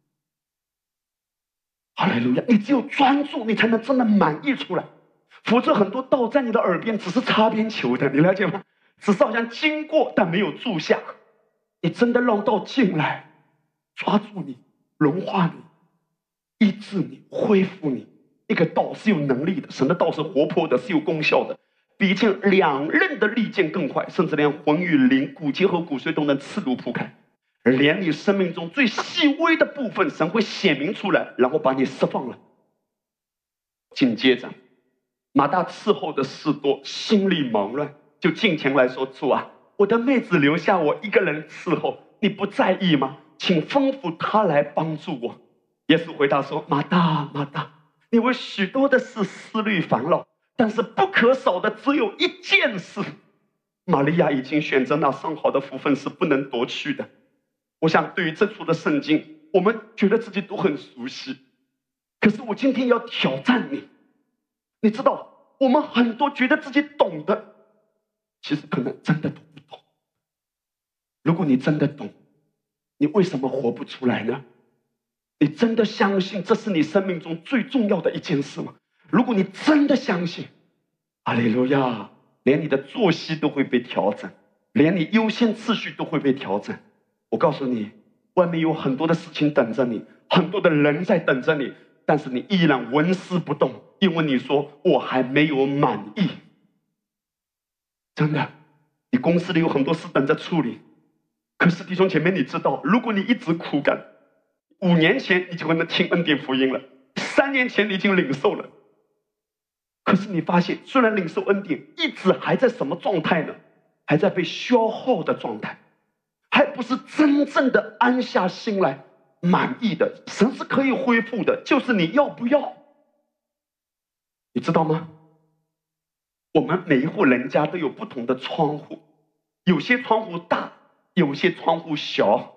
哈利路亚！你只有专注，你才能真的满意出来。否则很多道在你的耳边只是擦边球的，你了解吗？只是好像经过，但没有住下。你真的让道进来，抓住你，融化你，医治你，恢复你。那个道是有能力的，神的道是活泼的，是有功效的，比一件两刃的利剑更快，甚至连魂与灵、骨节和骨髓都能刺入铺开。连你生命中最细微的部分，神会显明出来，然后把你释放了。紧接着，马大伺候的事多，心里忙乱，就近前来说：“主啊，我的妹子留下我一个人伺候，你不在意吗？请吩咐她来帮助我。”耶稣回答说：“马大，马大，你为许多的事思虑烦恼，但是不可少的只有一件事。玛利亚已经选择那上好的福分，是不能夺去的。”我想对于这处的圣经，我们觉得自己都很熟悉。可是我今天要挑战你，你知道我们很多觉得自己懂的，其实可能真的都不懂。如果你真的懂，你为什么活不出来呢？你真的相信这是你生命中最重要的一件事吗？如果你真的相信，哈利路亚，连你的作息都会被调整，连你优先次序都会被调整。我告诉你，外面有很多的事情等着你，很多的人在等着你，但是你依然纹丝不动，因为你说我还没有满意。真的，你公司里有很多事等着处理，可是弟兄姐妹，你知道，如果你一直苦干，五年前你就可能听恩典福音了，三年前你已经领受了，可是你发现，虽然领受恩典，一直还在什么状态呢？还在被消耗的状态，还不是真正的安下心来满意的。神是可以恢复的，就是你要不要。你知道吗？我们每一户人家都有不同的窗户，有些窗户大，有些窗户小。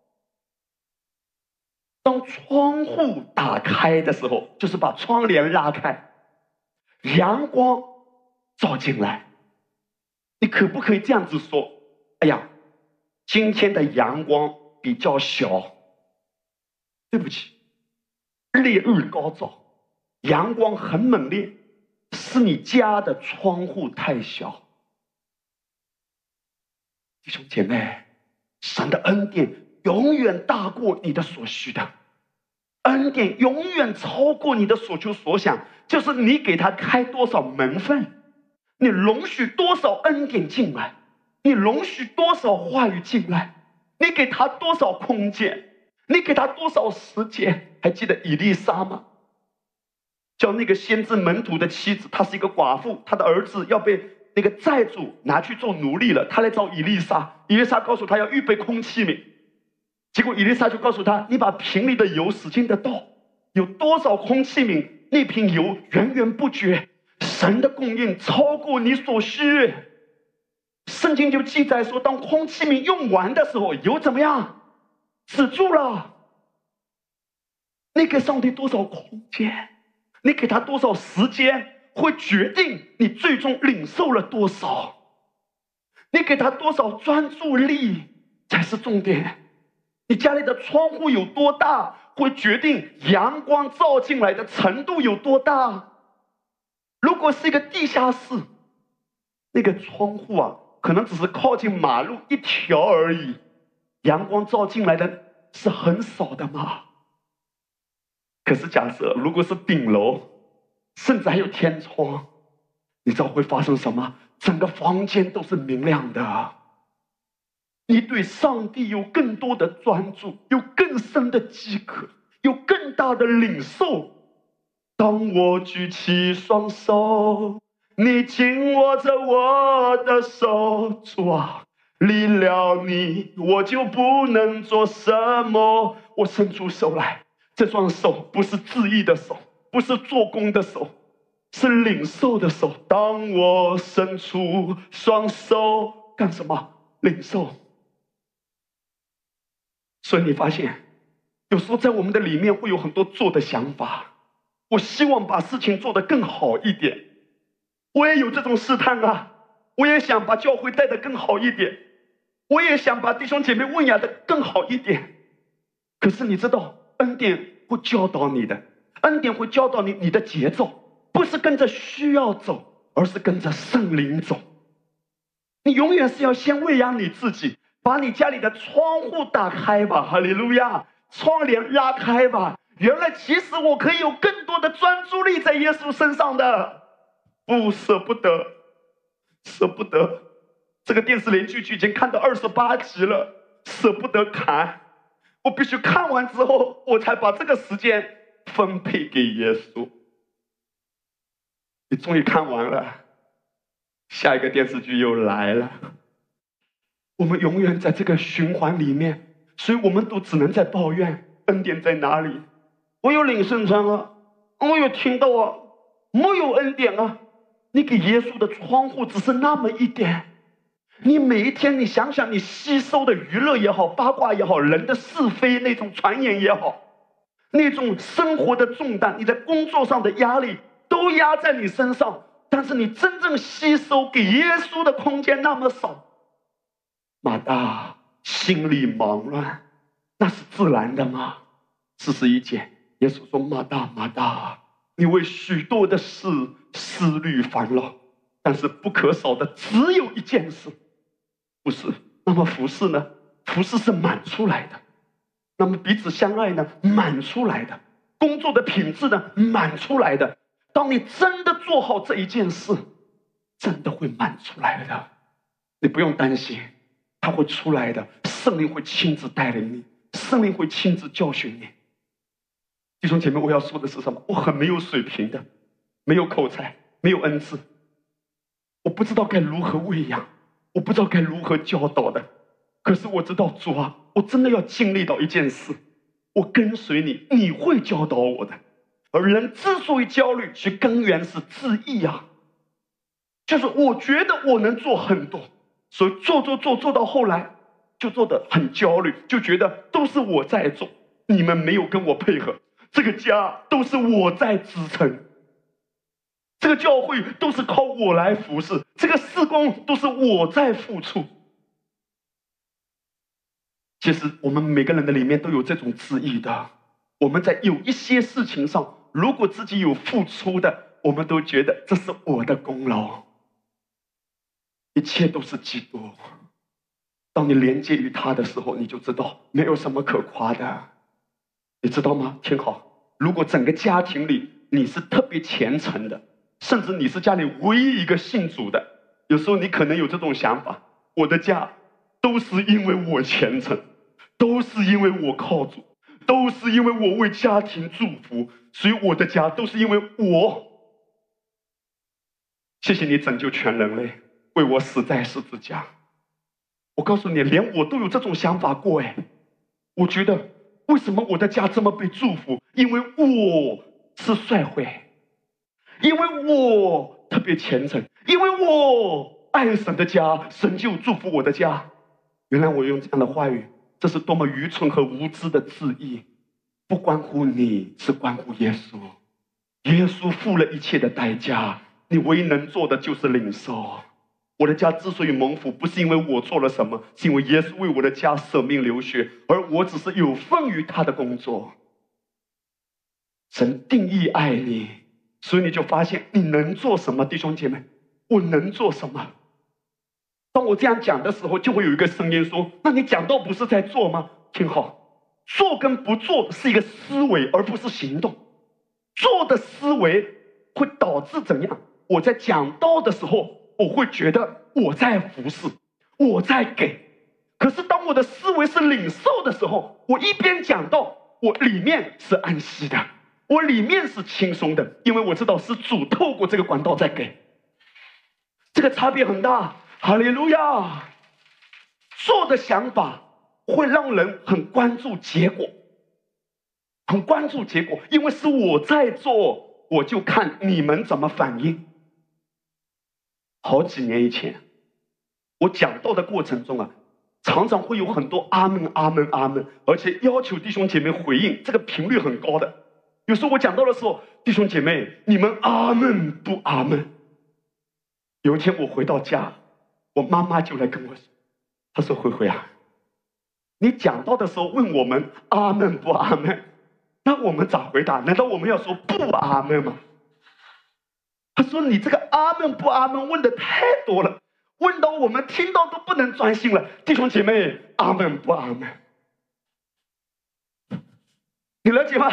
当窗户打开的时候，就是把窗帘拉开，阳光照进来。你可不可以这样子说？哎呀，今天的阳光比较小，对不起，烈日高照，阳光很猛烈，是你家的窗户太小。弟兄姐妹，神的恩典永远大过你的所需的，恩典永远超过你的所求所想，就是你给他开多少门份，你容许多少恩典进来，你容许多少话语进来，你给他多少空间，你给他多少时间。还记得以利沙吗？叫那个先知门徒的妻子，她是一个寡妇，她的儿子要被那个债主拿去做奴隶了，她来找以利沙，以利沙告诉她要预备空器皿，结果以利沙就告诉她，你把瓶里的油使劲的倒，有多少空器皿，那瓶油源源不绝，神的供应超过你所需。圣经就记载说，当空器皿用完的时候，油怎么样？止住了。你给上帝多少空间，你给他多少时间，会决定你最终领受了多少。你给他多少专注力才是重点。你家里的窗户有多大，会决定阳光照进来的程度有多大。如果是一个地下室，那个窗户啊，可能只是靠近马路一条而已，阳光照进来的是很少的嘛。可是假设如果是顶楼，甚至还有天窗，你知道会发生什么？整个房间都是明亮的。你对上帝有更多的专注，有更深的饥渴， 有更大的领受。当我举起双手，你紧握着我的手，主啊，离了你我就不能做什么。我伸出手来，这双手不是自义的手，不是做工的手，是领受的手。当我伸出双手，干什么？领受。所以你发现有时候在我们的里面会有很多做的想法，我希望把事情做得更好一点，我也有这种试探啊，我也想把教会带得更好一点，我也想把弟兄姐妹喂养得更好一点。可是你知道恩典会教导你的，恩典会教导你你的节奏不是跟着需要走，而是跟着圣灵走。你永远是要先喂养你自己，把你家里的窗户打开吧，哈利路亚，窗帘拉开吧。原来其实我可以有更多的专注力在耶稣身上的，不舍不得，舍不得。这个电视连续剧已经看到二十八集了，舍不得看，我必须看完之后，我才把这个时间分配给耶稣。你终于看完了，下一个电视剧又来了。我们永远在这个循环里面，所以我们都只能在抱怨恩典在哪里。我有领圣餐啊，我有听到啊，没有恩典啊。你给耶稣的窗户只是那么一点，你每一天你想想，你吸收的娱乐也好，八卦也好，人的是非那种传言也好，那种生活的重担，你在工作上的压力都压在你身上，但是你真正吸收给耶稣的空间那么少。马大心里忙乱，那是自然的吗？四十一节耶稣说，马大马大，你为许多的事思虑烦恼，但是不可少的只有一件事。不是，那么服事呢？服事是满出来的。那么彼此相爱呢？满出来的。工作的品质呢？满出来的。当你真的做好这一件事，真的会满出来的。你不用担心，它会出来的。圣灵会亲自带领你，圣灵会亲自教训你。弟兄姐妹，我要说的是什么？我很没有水平的，没有口才，没有恩赐，我不知道该如何喂养，我不知道该如何教导的。可是我知道，主啊，我真的要经历到一件事，我跟随你，你会教导我的。而人之所以焦虑，其根源是自义啊，就是我觉得我能做很多，所以做做做做到后来就做得很焦虑，就觉得都是我在做，你们没有跟我配合，这个家都是我在支撑，这个教会都是靠我来服侍，这个事工都是我在付出。其实我们每个人的里面都有这种自义的，我们在有一些事情上，如果自己有付出的，我们都觉得这是我的功劳，一切都是基督。当你连接于他的时候，你就知道没有什么可夸的。你知道吗？听好，如果整个家庭里你是特别虔诚的，甚至你是家里唯一一个信主的，有时候你可能有这种想法，我的家都是因为我虔诚，都是因为我靠主，都是因为我为家庭祝福，所以我的家都是因为我。谢谢你拯救全人类，为我死在十字架。我告诉你，连我都有这种想法过哎。我觉得为什么我的家这么被祝福？因为我是帅会，因为我特别虔诚，因为我爱神的家，神就祝福我的家。原来我用这样的话语，这是多么愚蠢和无知的自义。不关乎你，是关乎耶稣。耶稣付了一切的代价，你唯一能做的就是领受。我的家之所以蒙福，不是因为我做了什么，是因为耶稣为我的家舍命流血，而我只是有份于他的工作。神定义爱你，所以你就发现你能做什么。弟兄姐妹，我能做什么？当我这样讲的时候，就会有一个声音说，那你讲道不是在做吗？听好，做跟不做是一个思维，而不是行动。做的思维会导致怎样？我在讲道的时候，我会觉得我在服侍，我在给。可是当我的思维是领受的时候，我一边讲道， 我里面是安息的，我里面是轻松的，因为我知道是主透过这个管道在给。这个差别很大，哈利路亚！做的想法会让人很关注结果，很关注结果，因为是我在做，我就看你们怎么反应。好几年以前，我讲道的过程中啊，常常会有很多阿门阿门阿门，而且要求弟兄姐妹回应，这个频率很高的。有时候我讲道的时候，弟兄姐妹，你们阿门不阿门？有一天我回到家，我妈妈就来跟我说，她说：“慧慧啊，你讲道的时候问我们阿门不阿门，那我们咋回答？难道我们要说不阿门吗？”她说：“你这个阿门不阿门问的太多了，问到我们听到都不能专心了。弟兄姐妹，阿门不阿门？你了解吗？”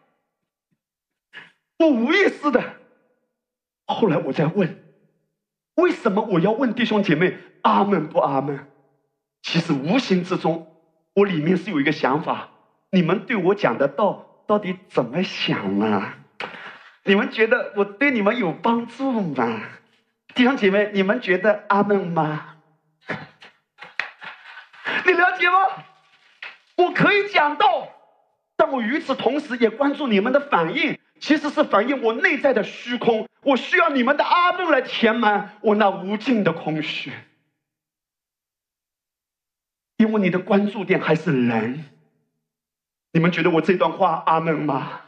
我无意识的，后来我在问，为什么我要问弟兄姐妹阿门不阿门？其实无形之中，我里面是有一个想法：你们对我讲的道到底怎么想啊？你们觉得我对你们有帮助吗？弟兄姐妹，你们觉得阿门吗？你了解吗？我可以讲道，但我与此同时也关注你们的反应，其实是反映我内在的虚空。我需要你们的阿门来填满我那无尽的空虚，因为你的关注点还是人。你们觉得我这段话阿门吗？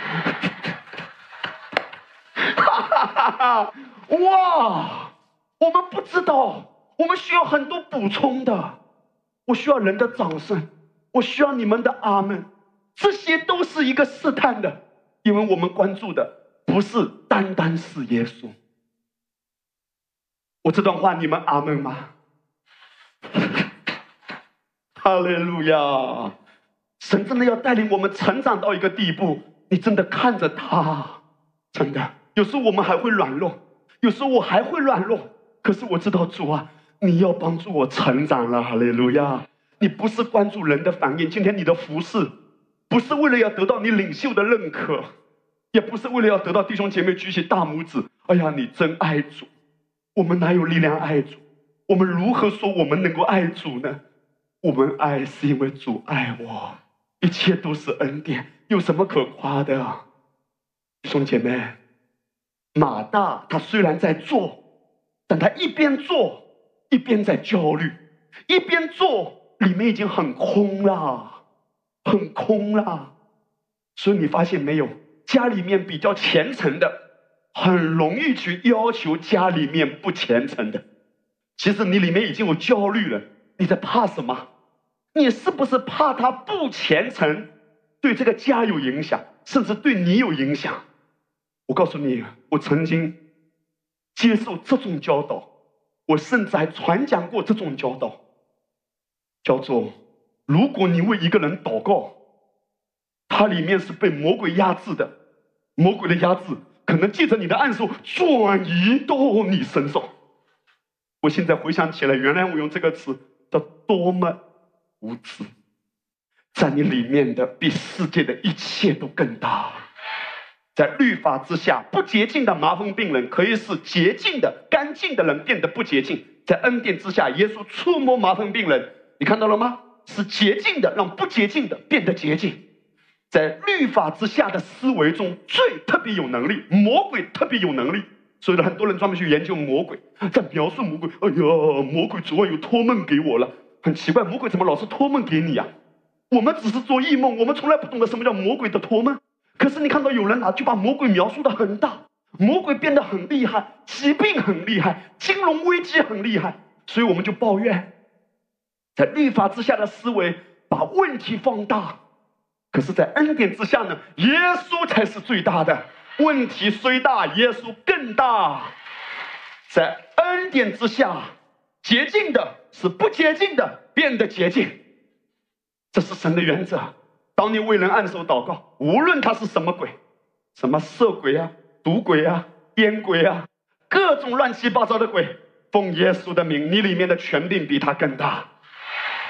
哇，我们不知道，我们需要很多补充的。我需要人的掌声，我需要你们的阿门，这些都是一个试探的，因为我们关注的不是单单是耶稣。我这段话你们阿门吗？哈利路亚！神真的要带领我们成长到一个地步，你真的看着他，真的有时候我们还会软弱，有时候我还会软弱，可是我知道主啊，你要帮助我成长了。哈利路亚！你不是关注人的反应，今天你的服事不是为了要得到你领袖的认可，也不是为了要得到弟兄姐妹举起大拇指，哎呀你真爱主。我们哪有力量爱主？我们如何说我们能够爱主呢？我们爱是因为主爱我，一切都是恩典，有什么可夸的啊？弟兄姐妹，马大他虽然在做，但他一边做一边在焦虑，一边做里面已经很空了，很空了。所以你发现没有，家里面比较虔诚的很容易去要求家里面不虔诚的。其实你里面已经有焦虑了，你在怕什么？你是不是怕他不虔诚对这个家有影响，甚至对你有影响？我告诉你，我曾经接受这种教导，我甚至还传讲过这种教导，叫做如果你为一个人祷告，他里面是被魔鬼压制的，魔鬼的压制可能借着你的暗手转移到你身上。我现在回想起来，原来我用这个词叫多么无知，在你里面的比世界的一切都更大。在律法之下，不洁净的麻风病人可以使洁净的干净的人变得不洁净。在恩典之下，耶稣触摸麻风病人，你看到了吗？使洁净的让不洁净的变得洁净。在律法之下的思维中，罪特别有能力，魔鬼特别有能力。所以很多人专门去研究魔鬼，在描述魔鬼。哎呀，魔鬼昨晚有托梦给我了。很奇怪，魔鬼怎么老是托梦给你啊？我们只是做异梦，我们从来不懂得什么叫魔鬼的托梦。可是你看到有人啊，就把魔鬼描述的很大，魔鬼变得很厉害，疾病很厉害，金融危机很厉害，所以我们就抱怨。在律法之下的思维把问题放大，可是在恩典之下呢，耶稣才是最大的。问题虽大，耶稣更大。在恩典之下，洁净的使不洁净的变得洁净，这是神的原则。当你为人按手祷告，无论他是什么鬼，什么色鬼啊、毒鬼啊、烟鬼啊，各种乱七八糟的鬼，奉耶稣的名，你里面的权柄比他更大。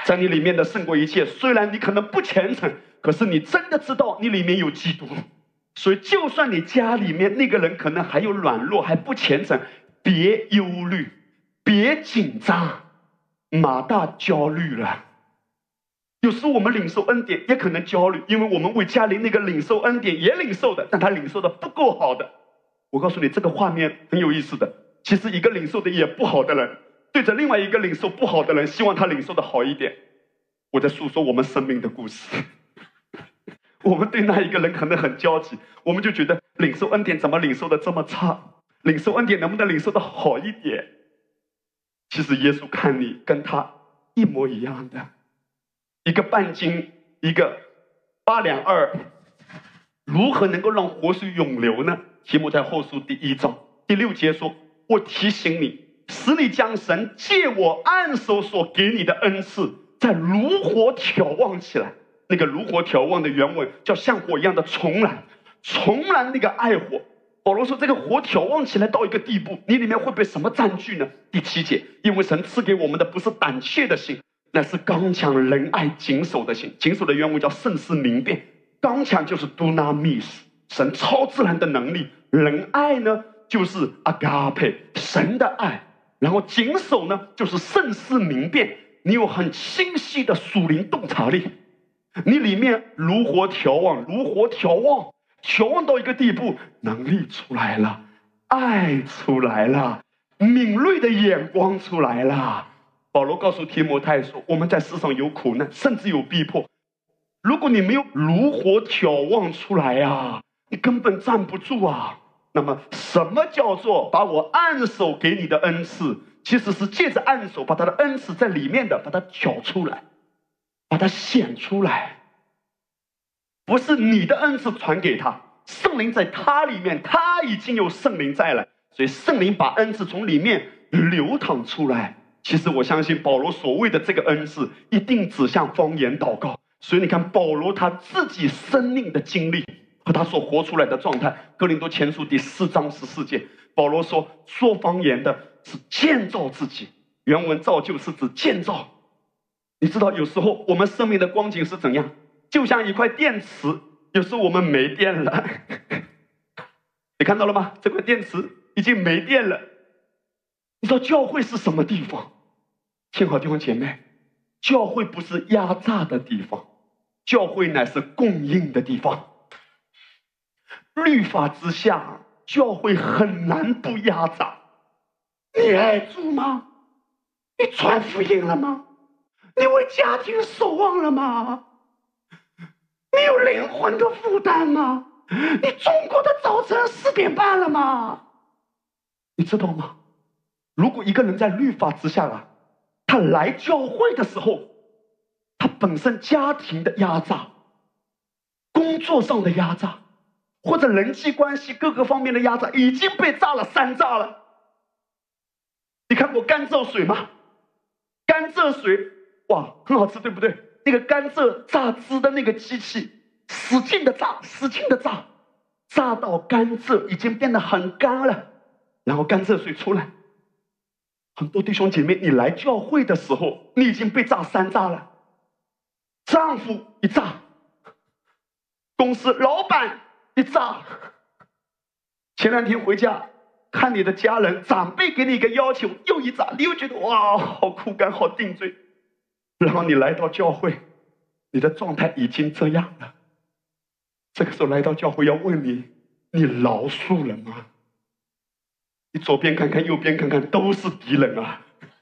在你里面的胜过一切。虽然你可能不虔诚，可是你真的知道你里面有基督。所以就算你家里面那个人可能还有软弱，还不虔诚，别忧虑，别紧张。马大焦虑了。有时我们领受恩典也可能焦虑，因为我们为家里那个领受恩典也领受的，但他领受的不够好的。我告诉你，这个画面很有意思的。其实一个领受的也不好的人，对着另外一个领受不好的人，希望他领受的好一点。我在诉说我们生命的故事。我们对那一个人可能很焦急，我们就觉得领受恩典怎么领受的这么差？领受恩典能不能领受的好一点？其实耶稣看你跟他一模一样的，一个半斤，一个八两二，如何能够让活水涌流呢？提摩太后书第一章第六节说：我提醒你，使你将神借我按手所给你的恩赐，再如火挑旺起来。那个如火挑旺的原文叫像火一样的重燃，重燃那个爱火。保罗说，这个火挑旺起来到一个地步，你里面会被什么占据呢？第七节，因为神赐给我们的不是胆怯的心，乃是刚强仁爱谨守的心。谨守的原文叫慎思明辨，刚强就是 dunamis， 神超自然的能力。仁爱呢就是 agape， 神的爱。然后谨守呢就是慎思明辨，你有很清晰的属灵洞察力。你里面如火挑旺，如火挑旺，挑旺到一个地步，能力出来了，爱出来了，敏锐的眼光出来了。保罗告诉提摩太说，我们在世上有苦难，甚至有逼迫。如果你没有如火挑旺出来啊，你根本站不住啊。那么什么叫做把我按手给你的恩赐？其实是借着按手把他的恩赐在里面的把它挑出来，把它显出来。不是你的恩赐传给他，圣灵在他里面，他已经有圣灵在了，所以圣灵把恩赐从里面流淌出来。其实我相信保罗所谓的这个恩赐一定指向方言祷告。所以你看保罗他自己生命的经历和他所活出来的状态。哥林多前书第四章十四节，保罗说，说方言的是建造自己，原文造就是指建造。你知道有时候我们生命的光景是怎样？就像一块电池，有时候我们没电了。你看到了吗？这块电池已经没电了。你知道教会是什么地方？听好弟兄姐妹，教会不是压榨的地方，教会乃是供应的地方。律法之下，教会很难不压榨。你爱主吗？你传福音了吗？你为家庭守望了吗？你有灵魂的负担吗？你中国的早晨四点半了吗？你知道吗？如果一个人在律法之下啊，他来教会的时候，他本身家庭的压榨，工作上的压榨，或者人际关系各个方面的压榨已经被榨了三榨了。你看过甘蔗水吗？甘蔗水哇，很好吃，对不对？那个甘蔗榨汁的那个机器使劲的榨，使劲的榨，榨到甘蔗已经变得很干了，然后甘蔗水出来。很多弟兄姐妹，你来教会的时候，你已经被榨三榨了。丈夫一榨，公司老板一榨。前两天回家看你的家人长辈给你一个要求，又一榨，你又觉得哇，好枯干，好定罪。然后你来到教会，你的状态已经这样了。这个时候来到教会要问你，你饶恕了吗？你左边看看右边看看，都是敌人啊。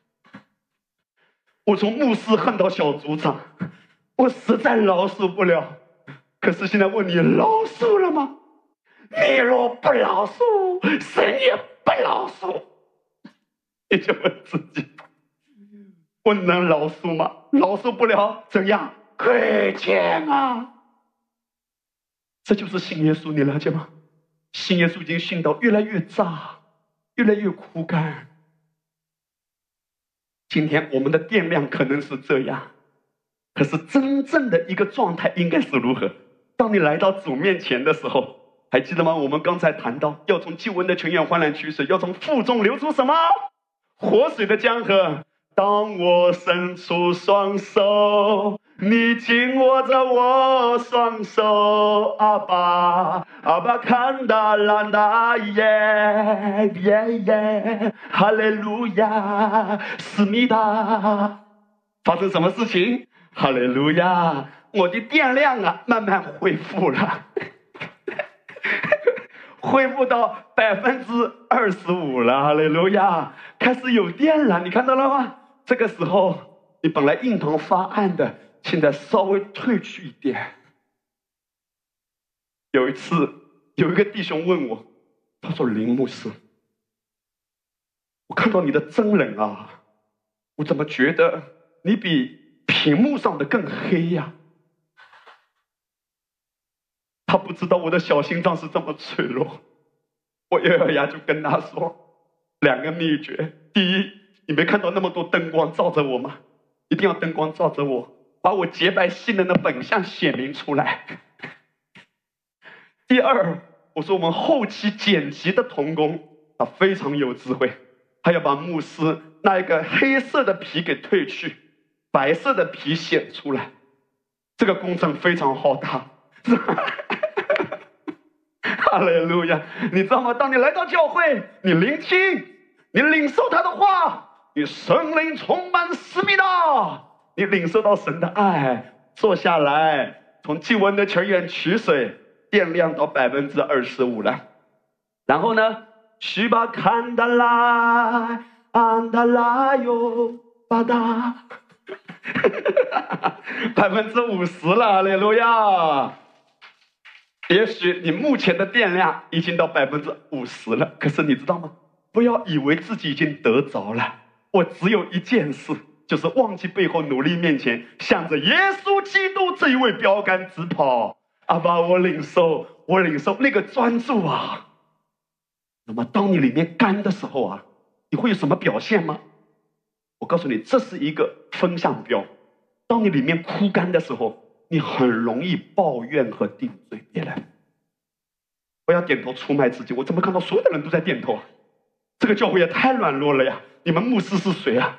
我从牧师恨到小组长，我实在饶恕不了。可是现在问你，饶恕了吗？你若不饶恕，神也不饶恕。你就问自己，我能饶恕吗？饶恕不了，怎样？亏欠啊！这就是信耶稣，你了解吗？信耶稣已经信到越来越渣，越来越枯干。今天我们的电量可能是这样，可是真正的一个状态应该是如何？当你来到主面前的时候，还记得吗？我们刚才谈到，要从救恩的泉源欢然取水，要从腹中流出什么？活水的江河。 当我伸出双手，你紧握着我双手，阿爸，阿爸看达兰达耶耶耶，哈利路亚，思密达。发生什么事情？哈利路亚，我的电量啊，慢慢恢复了。恢复到百分之二十五了，哈利路亚，开始有电了，你看到了吗？这个时候，你本来印堂发暗的，现在稍微退去一点。有一次，有一个弟兄问我，他说：“林牧师，我看到你的真人啊，我怎么觉得你比屏幕上的更黑呀？”他不知道我的小心脏是这么脆弱，我咬咬牙就跟他说两个秘诀：第一，你没看到那么多灯光照着我吗？一定要灯光照着我，把我洁白细嫩的本相显明出来。第二，我说我们后期剪辑的同工他非常有智慧，他要把牧师那一个黑色的皮给褪去，白色的皮显出来，这个工程非常浩大。哈利路亚！你知道吗？当你来到教会，你聆听，你领受他的话，你圣灵充满思密达，你领受到神的爱，坐下来，从祭文的泉源取水，电量到百分之二十五了。然后呢，去吧，看达来，安达来哟，巴达，百分之五十了，哈利路亚！也许你目前的电量已经到百分之五十了，可是你知道吗？不要以为自己已经得着了。我只有一件事，就是忘记背后，努力面前，向着耶稣基督这一位标杆直跑。阿爸，我领受，我领受那个专注啊。那么，当你里面干的时候啊，你会有什么表现吗？我告诉你，这是一个风向标。当你里面枯干的时候，你很容易抱怨和定罪别人。不要点头出卖自己。我怎么看到所有的人都在点头啊？这个教会也太软弱了呀！你们牧师是谁啊？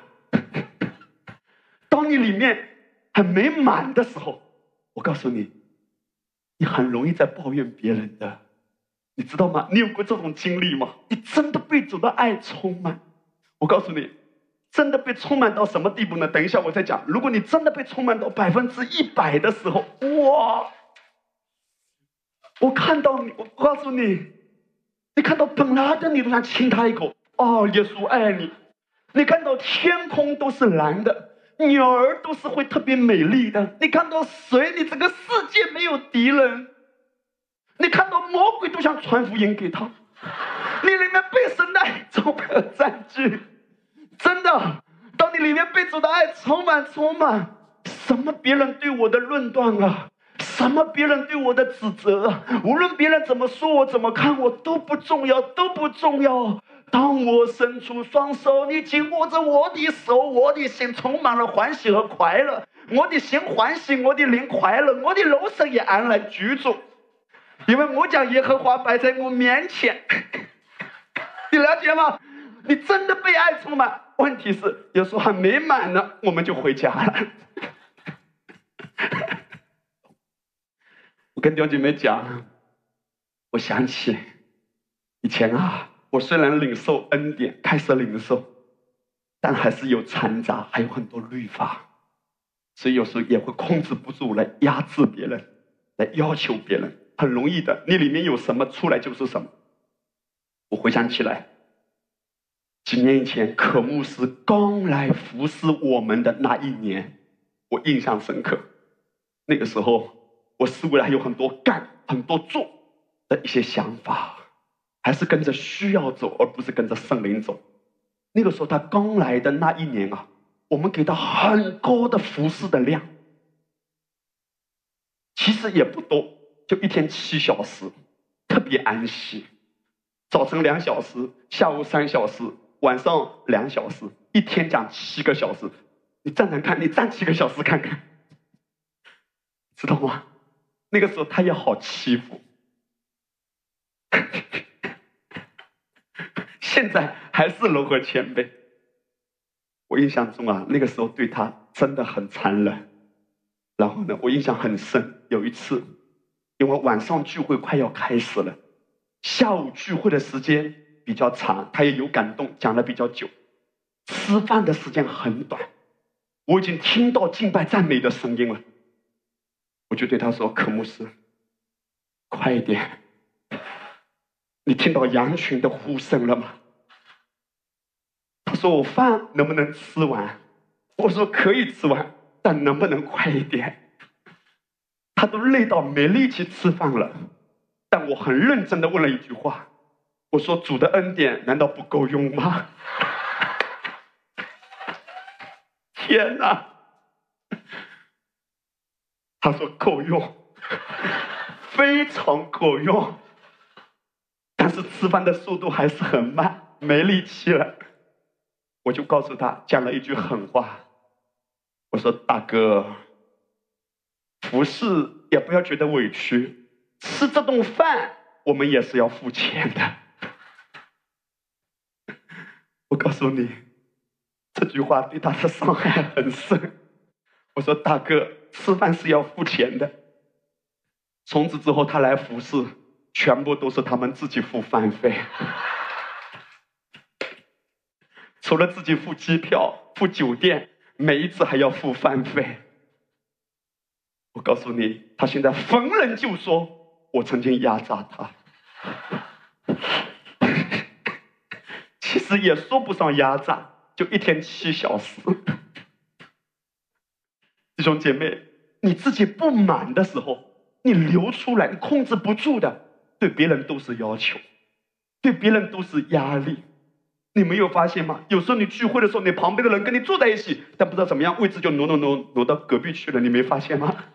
当你里面还没满的时候，我告诉你，你很容易在抱怨别人的。你知道吗？你有过这种经历吗？你真的被主的爱充满。我告诉你，真的被充满到什么地步呢？等一下我再讲。如果你真的被充满到百分之一百的时候，哇！我看到你，我告诉你，你看到本拉登，你都想亲他一口。哦，耶稣爱你。你看到天空都是蓝的，鸟儿都是会特别美丽的。你看到水，你这个世界没有敌人。你看到魔鬼都想传福音给他。你里面被神的爱充满占据。真的，当你里面被主的爱充满充满，什么别人对我的论断啊，什么别人对我的指责啊，无论别人怎么说我怎么看我都不重要，都不重要。当我伸出双手，你紧握着我的手，我的心充满了欢喜和快乐。我的心欢喜，我的灵快乐，我的肉身也安然居住，因为我将耶和华摆在我面前。你了解吗？你真的被爱充满。问题是有时候还没满呢，我们就回家了。我跟弟兄姐妹讲，我想起以前啊，我虽然领受恩典，开始领受，但还是有掺杂，还有很多律法，所以有时候也会控制不住来压制别人，来要求别人，很容易的。你里面有什么，出来就是什么。我回想起来，几年以前，可牧师刚来服侍我们的那一年，我印象深刻。那个时候，我思维还有很多干、很多做的一些想法，还是跟着需要走，而不是跟着圣灵走。那个时候他刚来的那一年啊，我们给他很高的服侍的量，其实也不多，就一天七小时，特别安息。早晨两小时，下午三小时，晚上两小时，一天讲七个小时。你站站看，你站七个小时看看，知道吗？那个时候他也好欺负。现在还是柔和谦卑。 我印象中啊，那个时候对他真的很残忍。然后呢，我印象很深，有一次，因为晚上聚会快要开始了，下午聚会的时间比较长，他也有感动，讲的比较久。吃饭的时间很短，我已经听到敬拜赞美的声音了，我就对他说：“柯牧师，快一点，你听到羊群的呼声了吗？”他说：“我饭能不能吃完？”我说：“可以吃完，但能不能快一点？”他都累到没力气吃饭了，但我很认真地问了一句话，我说：“主的恩典难道不够用吗？”天哪！他说够用，非常够用，但是吃饭的速度还是很慢，没力气了。我就告诉他，讲了一句狠话，我说：“大哥，服侍也不要觉得委屈，吃这顿饭我们也是要付钱的。”我告诉你，这句话对他的伤害很深。我说：“大哥，吃饭是要付钱的。”从此之后，他来服侍，全部都是他们自己付饭费，除了自己付机票、付酒店，每一次还要付饭费。我告诉你，他现在逢人就说：“我曾经压榨他。”其实也说不上压榨，就一天七小时。弟兄姐妹，你自己不满的时候，你流出来，你控制不住的，对别人都是要求，对别人都是压力。你没有发现吗？有时候你聚会的时候，你旁边的人跟你坐在一起，但不知道怎么样，位置就挪挪挪挪到隔壁去了，你没发现吗？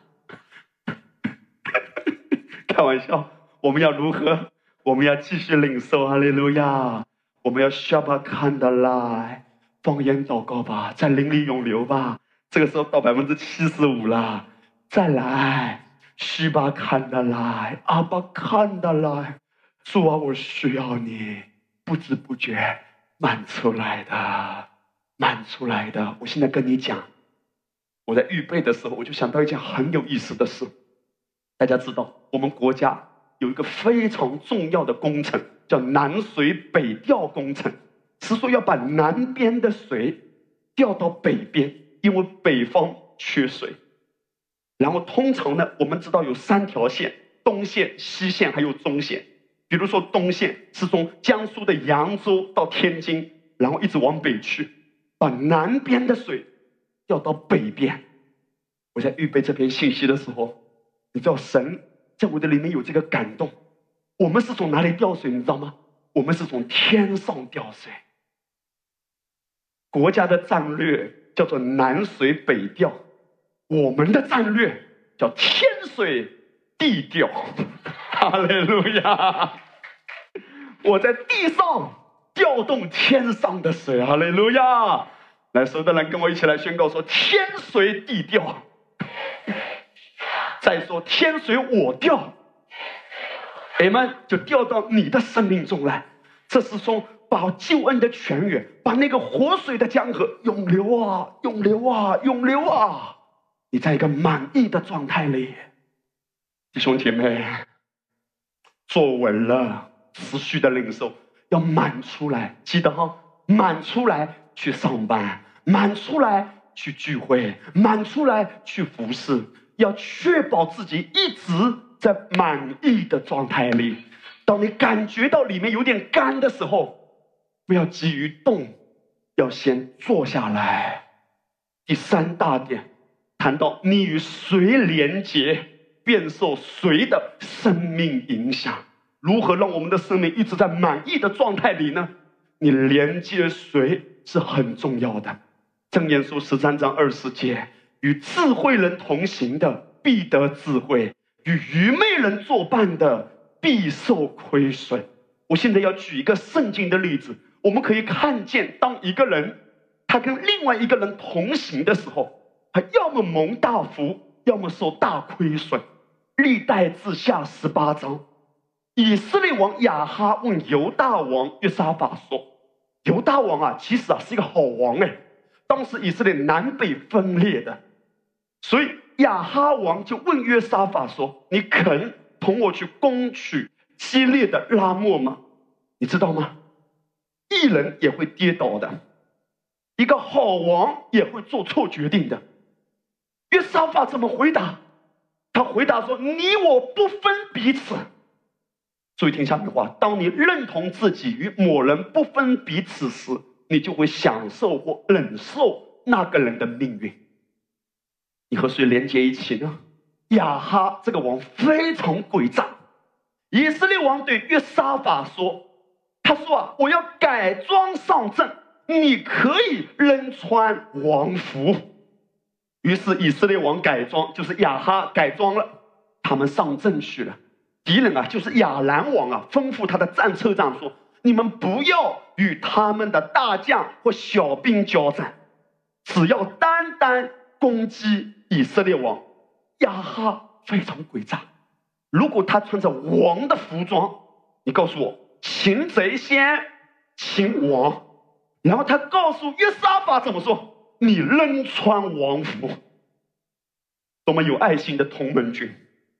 开玩笑，我们要如何？我们要继续领受，哈利路亚！我们要shaba看的来，方言祷告吧，在灵里涌流吧。这个时候到百分之七十五了，再来，西巴看的来，阿巴看的来，主啊，我需要你，不知不觉满出来的，满出来的。我现在跟你讲，我在预备的时候，我就想到一件很有意思的事。大家知道，我们国家有一个非常重要的工程，叫南水北调工程，是说要把南边的水调到北边，因为北方缺水。然后通常呢，我们知道有三条线，东线、西线还有中线。比如说东线是从江苏的扬州到天津，然后一直往北去，把南边的水调到北边。我在预备这篇信息的时候，你知道神在我的里面有这个感动。我们是从哪里调水你知道吗？我们是从天上调水。国家的战略叫做南水北调，我们的战略叫天水地调。哈利路亚！我在地上调动天上的水，哈利路亚！来，所有的人跟我一起来宣告说：天水地调。再说天水我调，你们就调到你的生命中来。这是说把救恩的泉源，把那个活水的江河涌流啊，涌流啊，涌流啊！你在一个满意的状态里，弟兄姐妹，坐稳了，持续的领受，要满出来。记得哈，满出来去上班，满出来去聚会，满出来去服侍。要确保自己一直在满意的状态里。当你感觉到里面有点干的时候，不要急于动，要先坐下来。第三大点谈到你与谁连结，便受谁的生命影响。如何让我们的生命一直在满意的状态里呢？你连接谁是很重要的。箴言书十三章二十节，与智慧人同行的必得智慧，与愚昧人作伴的必受亏损。我现在要举一个圣经的例子，我们可以看见，当一个人他跟另外一个人同行的时候，他要么蒙大福，要么受大亏损。历代志下十八章，以色列王亚哈问犹大王约沙法说：犹大王啊，其实啊是一个好王哎， 当时以色列南北分裂的，所以亚哈王就问约沙法说：“你肯同我去攻取基列的拉末吗？”你知道吗？艺人也会跌倒的，一个好王也会做错决定的。约沙法怎么回答？他回答说：“你我不分彼此。”注意听下面话，当你认同自己与某人不分彼此时，你就会享受或忍受那个人的命运。你和谁连接一起呢？亚哈这个王非常诡诈。以色列王对约沙法说：“他说啊，我要改装上阵，你可以扔穿王服。”于是以色列王改装，就是亚哈改装了，他们上阵去了。敌人啊，就是亚兰王啊，吩咐他的战车长说：“你们不要与他们的大将或小兵交战，只要单单攻击以色列王。”亚哈非常诡诈，如果他穿着王的服装，你告诉我，擒贼先擒王。然后他告诉约沙法怎么说？你扔穿王服。多么有爱心的同盟军。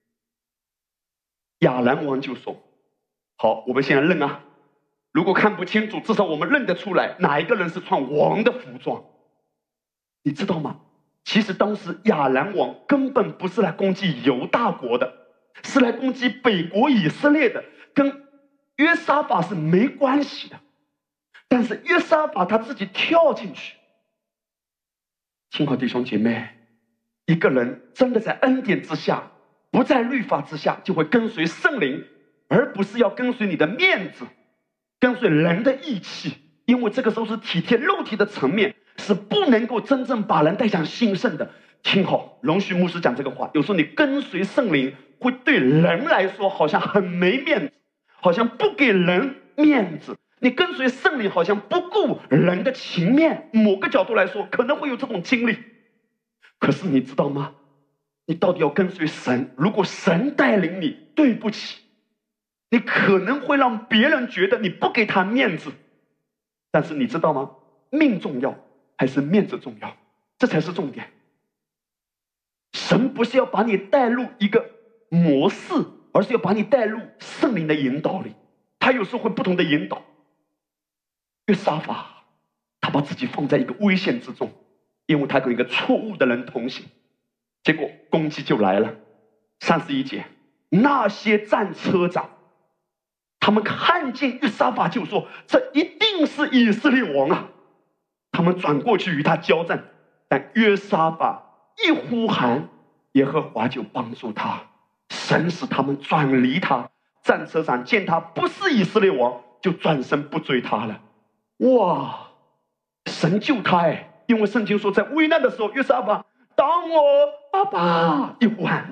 亚兰王就说：“好，我们现在认啊，如果看不清楚，至少我们认得出来哪一个人是穿王的服装。”你知道吗？其实当时亚兰王根本不是来攻击犹大国的，是来攻击北国以色列的，跟约沙法是没关系的。但是约沙法他自己跳进去。亲好弟兄姐妹，一个人真的在恩典之下，不在律法之下，就会跟随圣灵，而不是要跟随你的面子，跟随人的义气。因为这个时候是体贴肉体的层面，是不能够真正把人带向兴盛的。听好，容许牧师讲这个话，有时候你跟随圣灵，会对人来说好像很没面子，好像不给人面子。你跟随圣灵好像不顾人的情面，某个角度来说可能会有这种经历。可是你知道吗？你到底要跟随神，如果神带领你，对不起，你可能会让别人觉得你不给他面子。但是你知道吗？命重要还是面子重要？这才是重点。神不是要把你带入一个模式，而是要把你带入圣灵的引导里。他有时候会不同的引导。约沙法他把自己放在一个危险之中，因为他跟一个错误的人同行，结果攻击就来了。三十一节，那些战车长他们看见约沙法就说：“这一定是以色列王啊！”他们转过去与他交战，但约沙法一呼喊，耶和华就帮助他，神使他们转离他。战车上见他不是以色列王，就转身不追他了。哇，神救他哎！因为圣经说，在危难的时候，约沙法当我爸爸一呼喊，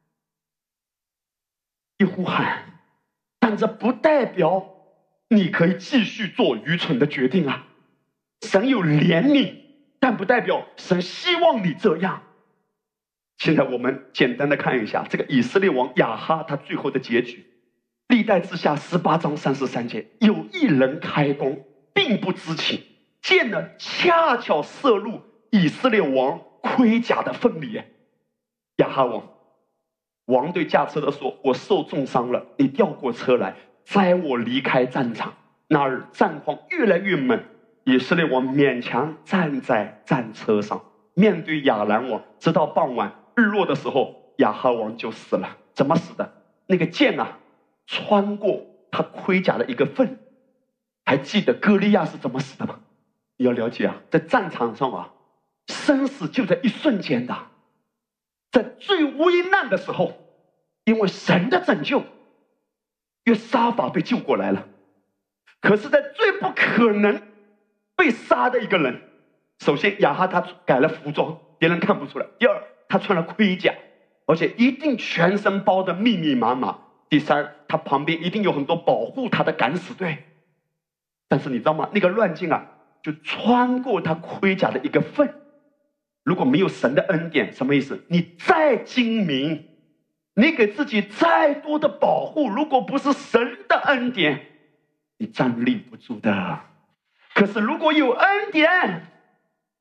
一呼喊，但这不代表你可以继续做愚蠢的决定啊！神有怜悯，但不代表神希望你这样。现在我们简单的看一下这个以色列王亚哈他最后的结局。历代志下十八章三十三节，有一人开弓，并不知情，箭呢恰巧射入以色列王盔甲的缝里。亚哈王，王对驾车的说：“我受重伤了，你调过车来，载我离开战场。”那日战况越来越猛，以色列王勉强站在战车上，面对亚兰王，直到傍晚日落的时候，亚哈王就死了。怎么死的？那个箭啊穿过他盔甲的一个缝。还记得歌利亚是怎么死的吗？你要了解啊，在战场上啊，生死就在一瞬间的。在最危难的时候，因为神的拯救，约沙法被救过来了。可是在最不可能被杀的一个人，首先亚哈他改了服装，别人看不出来；第二，他穿了盔甲，而且一定全身包得密密麻麻；第三，他旁边一定有很多保护他的敢死队。但是你知道吗？那个乱箭啊，就穿过他盔甲的一个缝。如果没有神的恩典，什么意思？你再精明，你给自己再多的保护，如果不是神的恩典，你站立不住的。可是如果有恩典，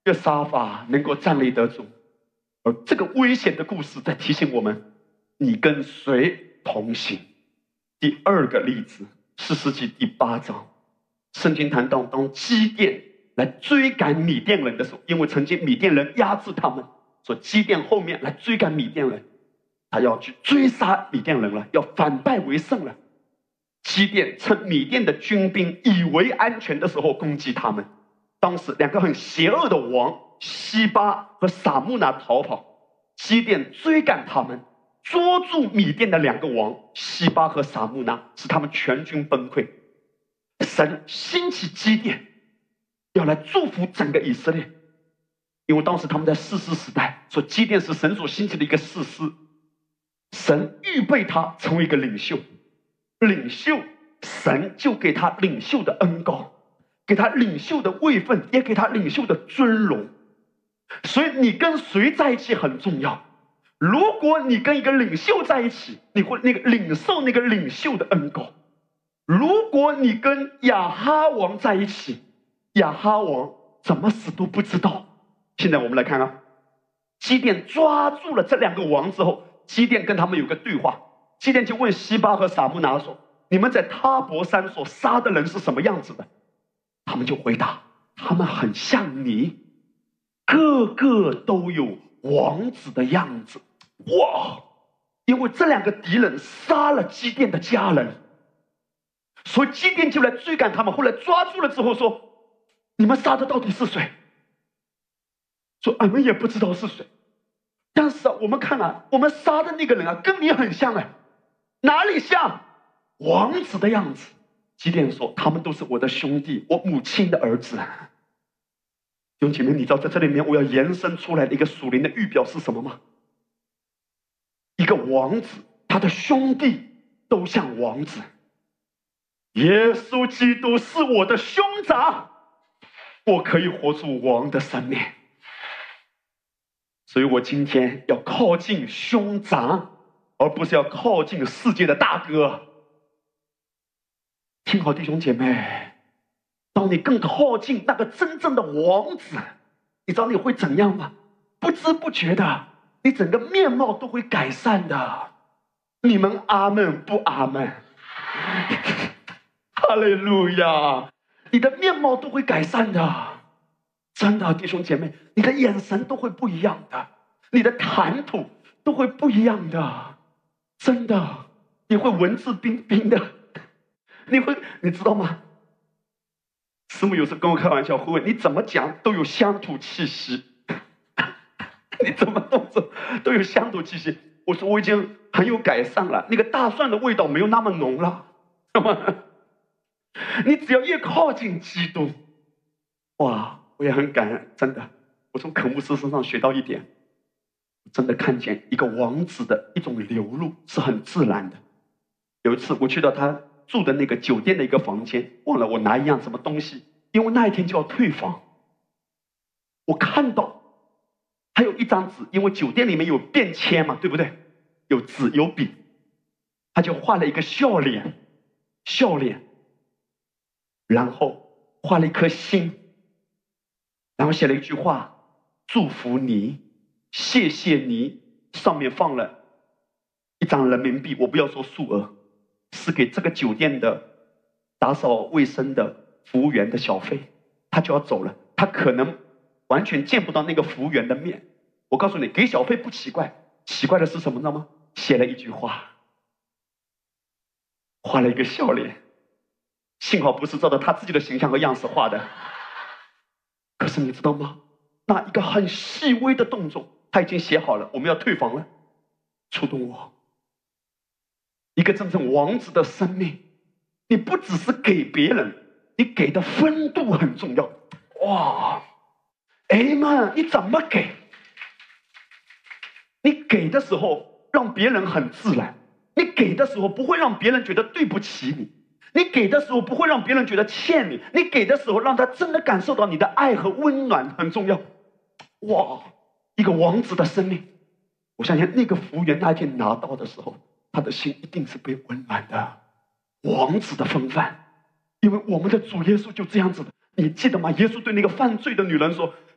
约沙法能够站立得住。而这个危险的故事在提醒我们，你跟谁同行。第二个例子，士师记第八章，圣经谈到当基甸来追赶米甸人的时候，因为曾经米甸人压制他们，所以基甸后面来追赶米甸人，他要去追杀米甸人了，要反败为胜了。基甸趁米甸的军兵以为安全的时候攻击他们。当时两个很邪恶的王西巴和撒慕拿逃跑，基甸追赶他们，捉住米甸的两个王西巴和撒慕拿，使他们全军崩溃。神兴起基甸，要来祝福整个以色列，因为当时他们在士师时代，所以基甸是神所兴起的一个士师。神预备他成为一个领袖，领袖神就给他领袖的恩膏，给他领袖的位分，也给他领袖的尊荣。所以你跟谁在一起很重要。如果你跟一个领袖在一起，你会那个领受那个领袖的恩膏。如果你跟亚哈王在一起，亚哈王怎么死都不知道。现在我们来看啊，基甸抓住了这两个王之后，基甸跟他们有个对话。基甸就问西巴和撒慕拿说，你们在他伯山所杀的人是什么样子的？他们就回答，他们很像你，个个都有王子的样子。哇！因为这两个敌人杀了基甸的家人，所以基甸就来追赶他们。后来抓住了之后说，你们杀的到底是谁？说俺们也不知道是谁，但是啊，我们看啊，我们杀的那个人啊，跟你很像哎，哪里像？王子的样子。基甸说，他们都是我的兄弟，我母亲的儿子。弟兄姐妹，你知道在这里面我要延伸出来的一个属灵的预表是什么吗？一个王子，他的兄弟都像王子。耶稣基督是我的兄长，我可以活出王的生命。所以我今天要靠近兄长，而不是要靠近世界的大哥。听好，弟兄姐妹，当你更靠近那个真正的王子，你知道你会怎样吗？不知不觉的，你整个面貌都会改善的。你们阿们不阿们？哈利路亚！你的面貌都会改善的，真的，弟兄姐妹，你的眼神都会不一样的，你的谈吐都会不一样的，真的，你会文质彬彬的，你会，你知道吗？师母有时跟我开玩笑，会问你怎么讲都有乡土气息，你怎么动作都有乡土气息。我说我已经很有改善了，那个大蒜的味道没有那么浓了，是吗？你只要越靠近基督，哇！我也很感恩，真的，我从可牧师身上学到一点，真的看见一个王子的一种流露是很自然的。有一次我去到他住的那个酒店的一个房间，忘了我拿一样什么东西，因为那一天就要退房。我看到还有一张纸，因为酒店里面有便签嘛，对不对？有纸有笔，他就画了一个笑脸，笑脸，然后画了一颗心，然后写了一句话，祝福你，谢谢你，上面放了一张人民币，我不要说数额，是给这个酒店的打扫卫生的服务员的小费。他就要走了，他可能完全见不到那个服务员的面。我告诉你，给小费不奇怪，奇怪的是什么，知道吗？写了一句话，画了一个笑脸，幸好不是照着他自己的形象和样式画的。可是你知道吗？那一个很细微的动作，他已经写好了，我们要退房了，触动我。一个真正王子的生命，你不只是给别人，你给的分度很重要。哇，哎妈，你怎么给？你给的时候让别人很自然，你给的时候不会让别人觉得对不起你，你给的时候不会让别人觉得欠你，你给的时候让他真的感受到你的爱和温暖，很重要。哇，一个王子的生命，我相信那个服务员那一天拿到的时候，他的心一定是被温暖的。王子的风范，因为我们的主耶稣就这样子的。你记得吗？耶稣对那个犯罪的女人说，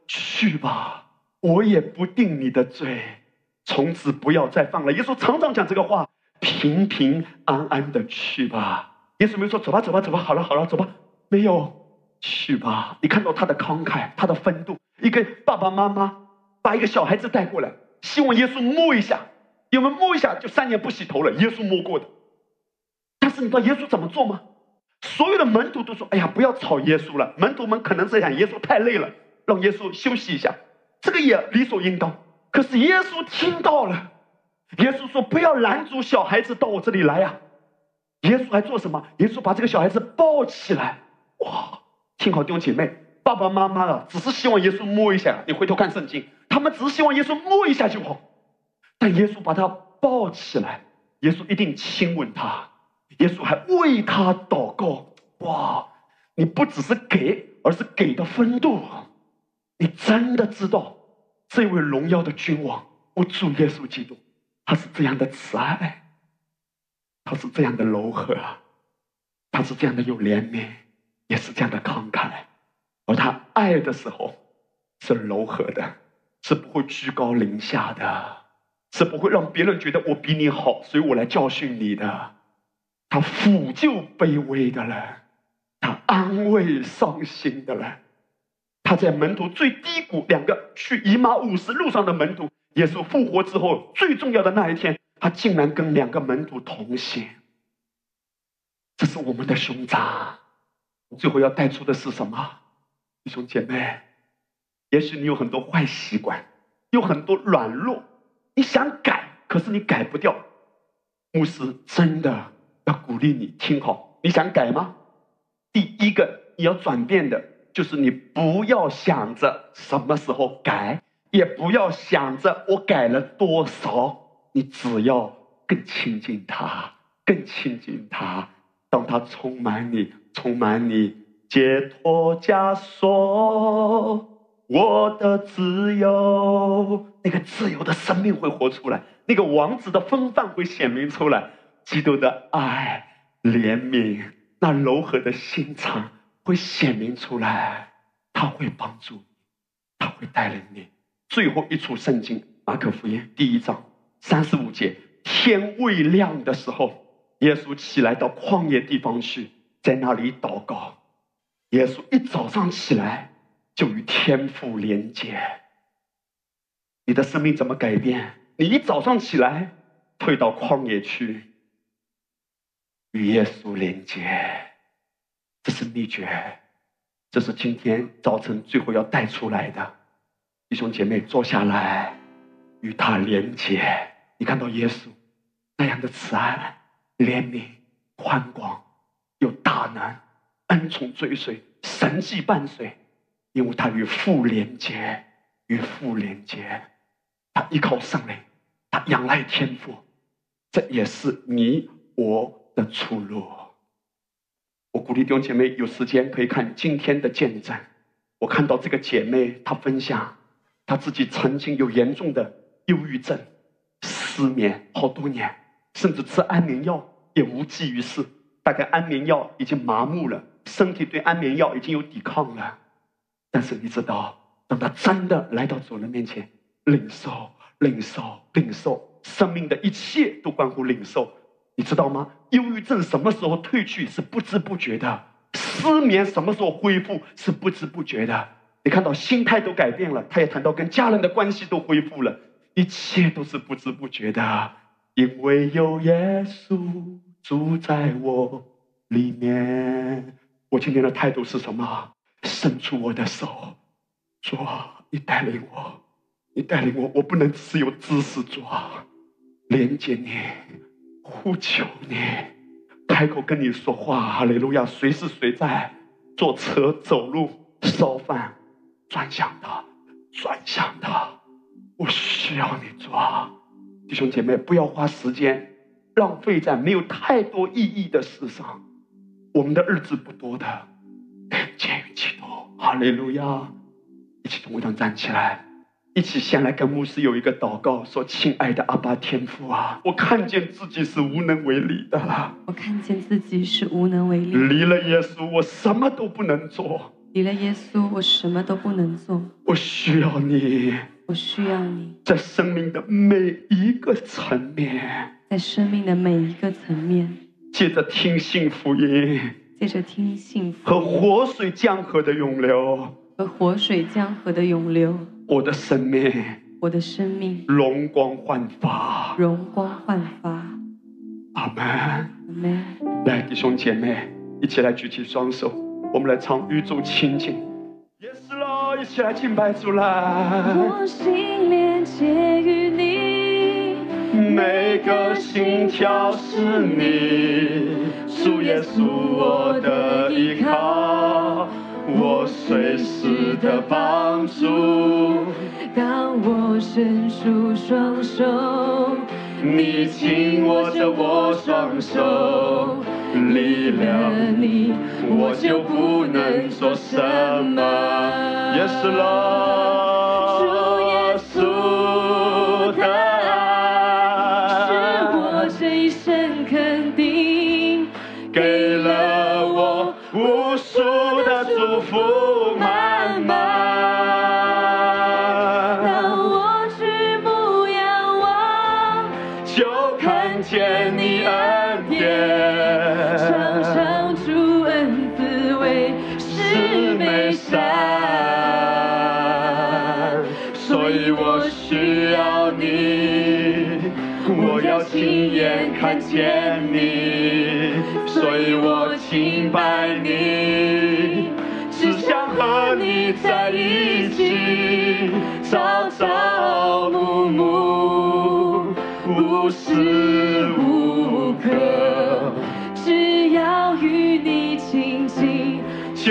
去吧，我也不定你的罪，从此不要再犯了。耶稣常常讲这个话，平平安安的去吧。耶稣没有说走吧走吧走吧，好了好了走吧，没有，去吧。你看到他的慷慨，他的风度。一个爸爸妈妈把一个小孩子带过来，希望耶稣摸一下，有没有摸一下就三年不洗头了？耶稣摸过的。但是你知道耶稣怎么做吗？所有的门徒都说：“哎呀，不要吵耶稣了。”门徒们可能在想，耶稣太累了，让耶稣休息一下，这个也理所应当。可是耶稣听到了，耶稣说：“不要拦阻小孩子到我这里来呀！”耶稣还做什么？耶稣把这个小孩子抱起来。哇，听好弟兄姐妹，爸爸妈妈啊，只是希望耶稣摸一下。你回头看圣经，他们只是希望耶稣摸一下就好，但耶稣把他抱起来，耶稣一定亲吻他。耶稣还为他祷告。哇，你不只是给，而是给的风度。你真的知道这位荣耀的君王，我主耶稣基督，他是这样的慈爱，他是这样的柔和，他是这样的有怜悯，也是这样的慷慨。而他爱的时候是柔和的，是不会居高临下的，是不会让别人觉得我比你好，所以我来教训你的。他抚救卑微的人，他安慰伤心的人。他在门徒最低谷，两个去以马五十路上的门徒，耶稣复活之后最重要的那一天，他竟然跟两个门徒同行。这是我们的兄长。最后要带出的是什么？弟兄姐妹，也许你有很多坏习惯，有很多软弱，你想改，可是你改不掉。牧师真的要鼓励你，听好，你想改吗？第一个你要转变的就是你不要想着什么时候改，也不要想着我改了多少，你只要更亲近他，更亲近他。当他充满你，充满你，解脱枷锁，我的自由，那个自由的生命会活出来，那个王子的风范会显明出来，基督的爱、怜悯，那柔和的心肠会显明出来，他会帮助你，他会带领你。最后一处圣经，马可福音第一章三十五节，天未亮的时候，耶稣起来到旷野地方去，在那里祷告。耶稣一早上起来就与天父连接。你的生命怎么改变？你一早上起来退到旷野去，与耶稣连接，这是秘诀，这是今天早晨最后要带出来的。弟兄姐妹，坐下来与他连接。你看到耶稣那样的慈爱、怜悯、宽广，有大能，恩宠追随，神迹伴随，因为他与父连接，与父连接，他依靠圣灵，他仰赖天父，这也是你我的出路。我鼓励弟兄姐妹有时间可以看今天的见证。我看到这个姐妹，她分享她自己曾经有严重的忧郁症、失眠好多年，甚至吃安眠药也无济于事，大概安眠药已经麻木了，身体对安眠药已经有抵抗了。但是你知道，当她真的来到主人面前，领受领受领受，生命的一切都关乎领受。你知道吗？忧郁症什么时候退去是不知不觉的，失眠什么时候恢复是不知不觉的。你看到心态都改变了，他也谈到跟家人的关系都恢复了，一切都是不知不觉的。因为有耶稣住在我里面。我今天的态度是什么？伸出我的手，主啊，你带领我，你带领我，我不能只有知识，主啊，连接你，呼求你，开口跟你说话。哈利路亚！随时随在，坐车、走路、烧饭，专想他，专想他。我需要你，主啊！弟兄姐妹，不要花时间浪费在没有太多意义的事上。我们的日子不多的，连接于基督。哈利路亚！一起从会堂站起来，一起先来跟牧师有一个祷告，说：亲爱的阿爸天父啊，我看见自己是无能为力的， 我看见自己是无能为力， 离了耶稣我什么都不能做。 离了耶稣，我什么都不能做。 我需要你， 我需要你， 在生命的每一个层面， 在生命的每一个层面， 借着听信福音， 借着听信福和音活水江河的涌流， 和活水江河的涌流， 我的生命我的生命容光焕发。 容光焕发。 阿门。 阿门。 来，弟兄姐妹，一起来举起双手，我们来唱与主亲近。也是喽，一起来敬拜主啦！ 我心连接于你， 每个心跳是你，主耶稣我的依靠，我随时的帮助。 当我伸出双手， 你紧握着我双手，离了你我就不能做什么。也是喽， 主耶稣的爱是我这一生肯定， 给了我无数的祝福满满。 当我举目仰望， 就看见你恩典， 常常主恩滋味是美善。 所以我需要你，我要亲眼看见你，所以我敬拜你，只想和你在一起，朝朝暮暮，无时无刻， 只要与你亲近就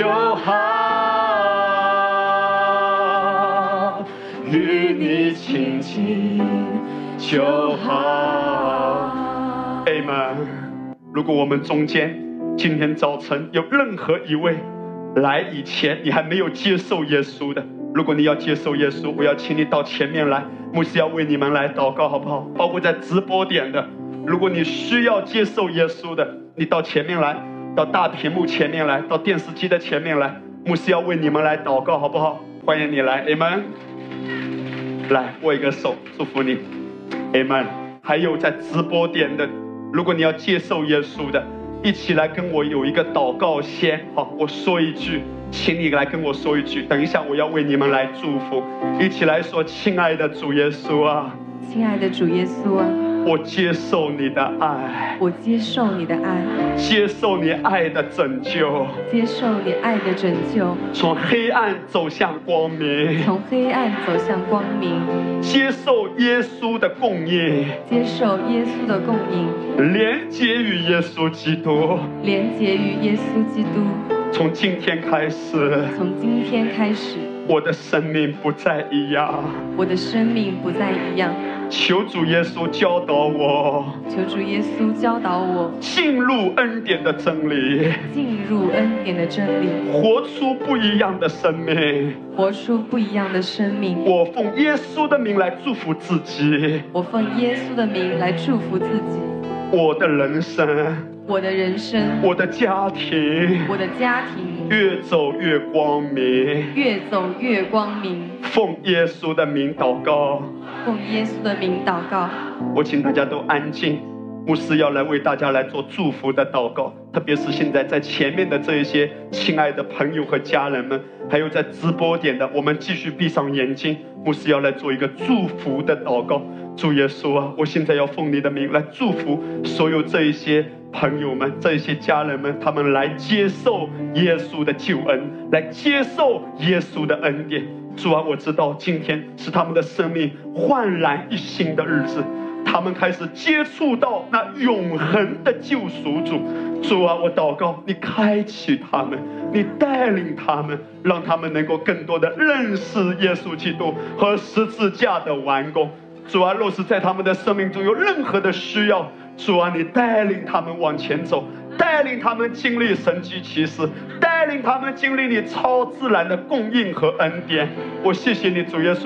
好，与你亲近就好。Amen。如果我们中间今天早晨有任何一位来以前你还没有接受耶稣的，如果你要接受耶稣，我要请你到前面来，牧师要为你们来祷告，好不好？包括在直播点的，如果你需要接受耶稣的，你到前面来，到大屏幕前面来，到电视机的前面来，牧师要为你们来祷告，好不好？欢迎你来 ，Amen。来握一个手，祝福你 ，Amen。还有在直播点的，如果你要接受耶稣的，一起来跟我有一个祷告先，好，我说一句，请你来跟我说一句，等一下我要为你们来祝福，一起来说，亲爱的主耶稣啊， 亲爱的主耶稣啊， 我接受你的爱， 我接受你的爱， 接受你爱的拯救， 接受你爱的拯救， 从黑暗走向光明， 从黑暗走向光明， 接受耶稣的供应， 接受耶稣的供应， 连接于耶稣基督， 连结于耶稣基督。 从今天开始， 从今天开始， 我的生命不再一样， 我的生命不再一样。 求主耶稣教导我， 求主耶稣教导我进入恩典的真理， 进入恩典的真理， 活出不一样的生命， 活出不一样的生命。 我奉耶稣的名来祝福自己， 我奉耶稣的名来祝福自己， 我的人生， 我的人生， 我的家庭， 我的家庭越走越光明， 越走越光明。 奉耶稣的名祷告， 奉耶稣的名祷告。 我请大家都安静，牧师要来为大家来做祝福的祷告，特别是现在在前面的这一些亲爱的朋友和家人们，还有在直播点的，我们继续闭上眼睛，牧师要来做一个祝福的祷告。主耶稣啊，我现在要奉你的名来祝福所有这一些朋友们，这一些家人们，他们来接受耶稣的救恩，来接受耶稣的恩典。主啊，我知道今天是他们的生命焕然一新的日子，他们开始接触到那永恒的救赎主。主啊，我祷告你开启他们，你带领他们，让他们能够更多的认识耶稣基督和十字架的完工。主啊，若是在他们的生命中有任何的需要，主啊，你带领他们往前走，带领他们经历神迹奇事，带领他们经历你超自然的供应和恩典。我谢谢你，主耶稣，他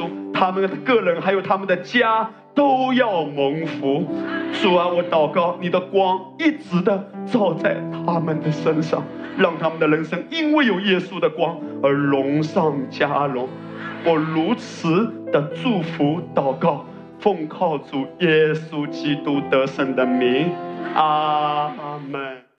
他们的个人还有他们的家都要蒙福。主啊，我祷告你的光一直的照在他们的身上，让他们的人生因为有耶稣的光而荣上加荣。我如此的祝福祷告，奉靠主耶稣基督得胜的名，阿门。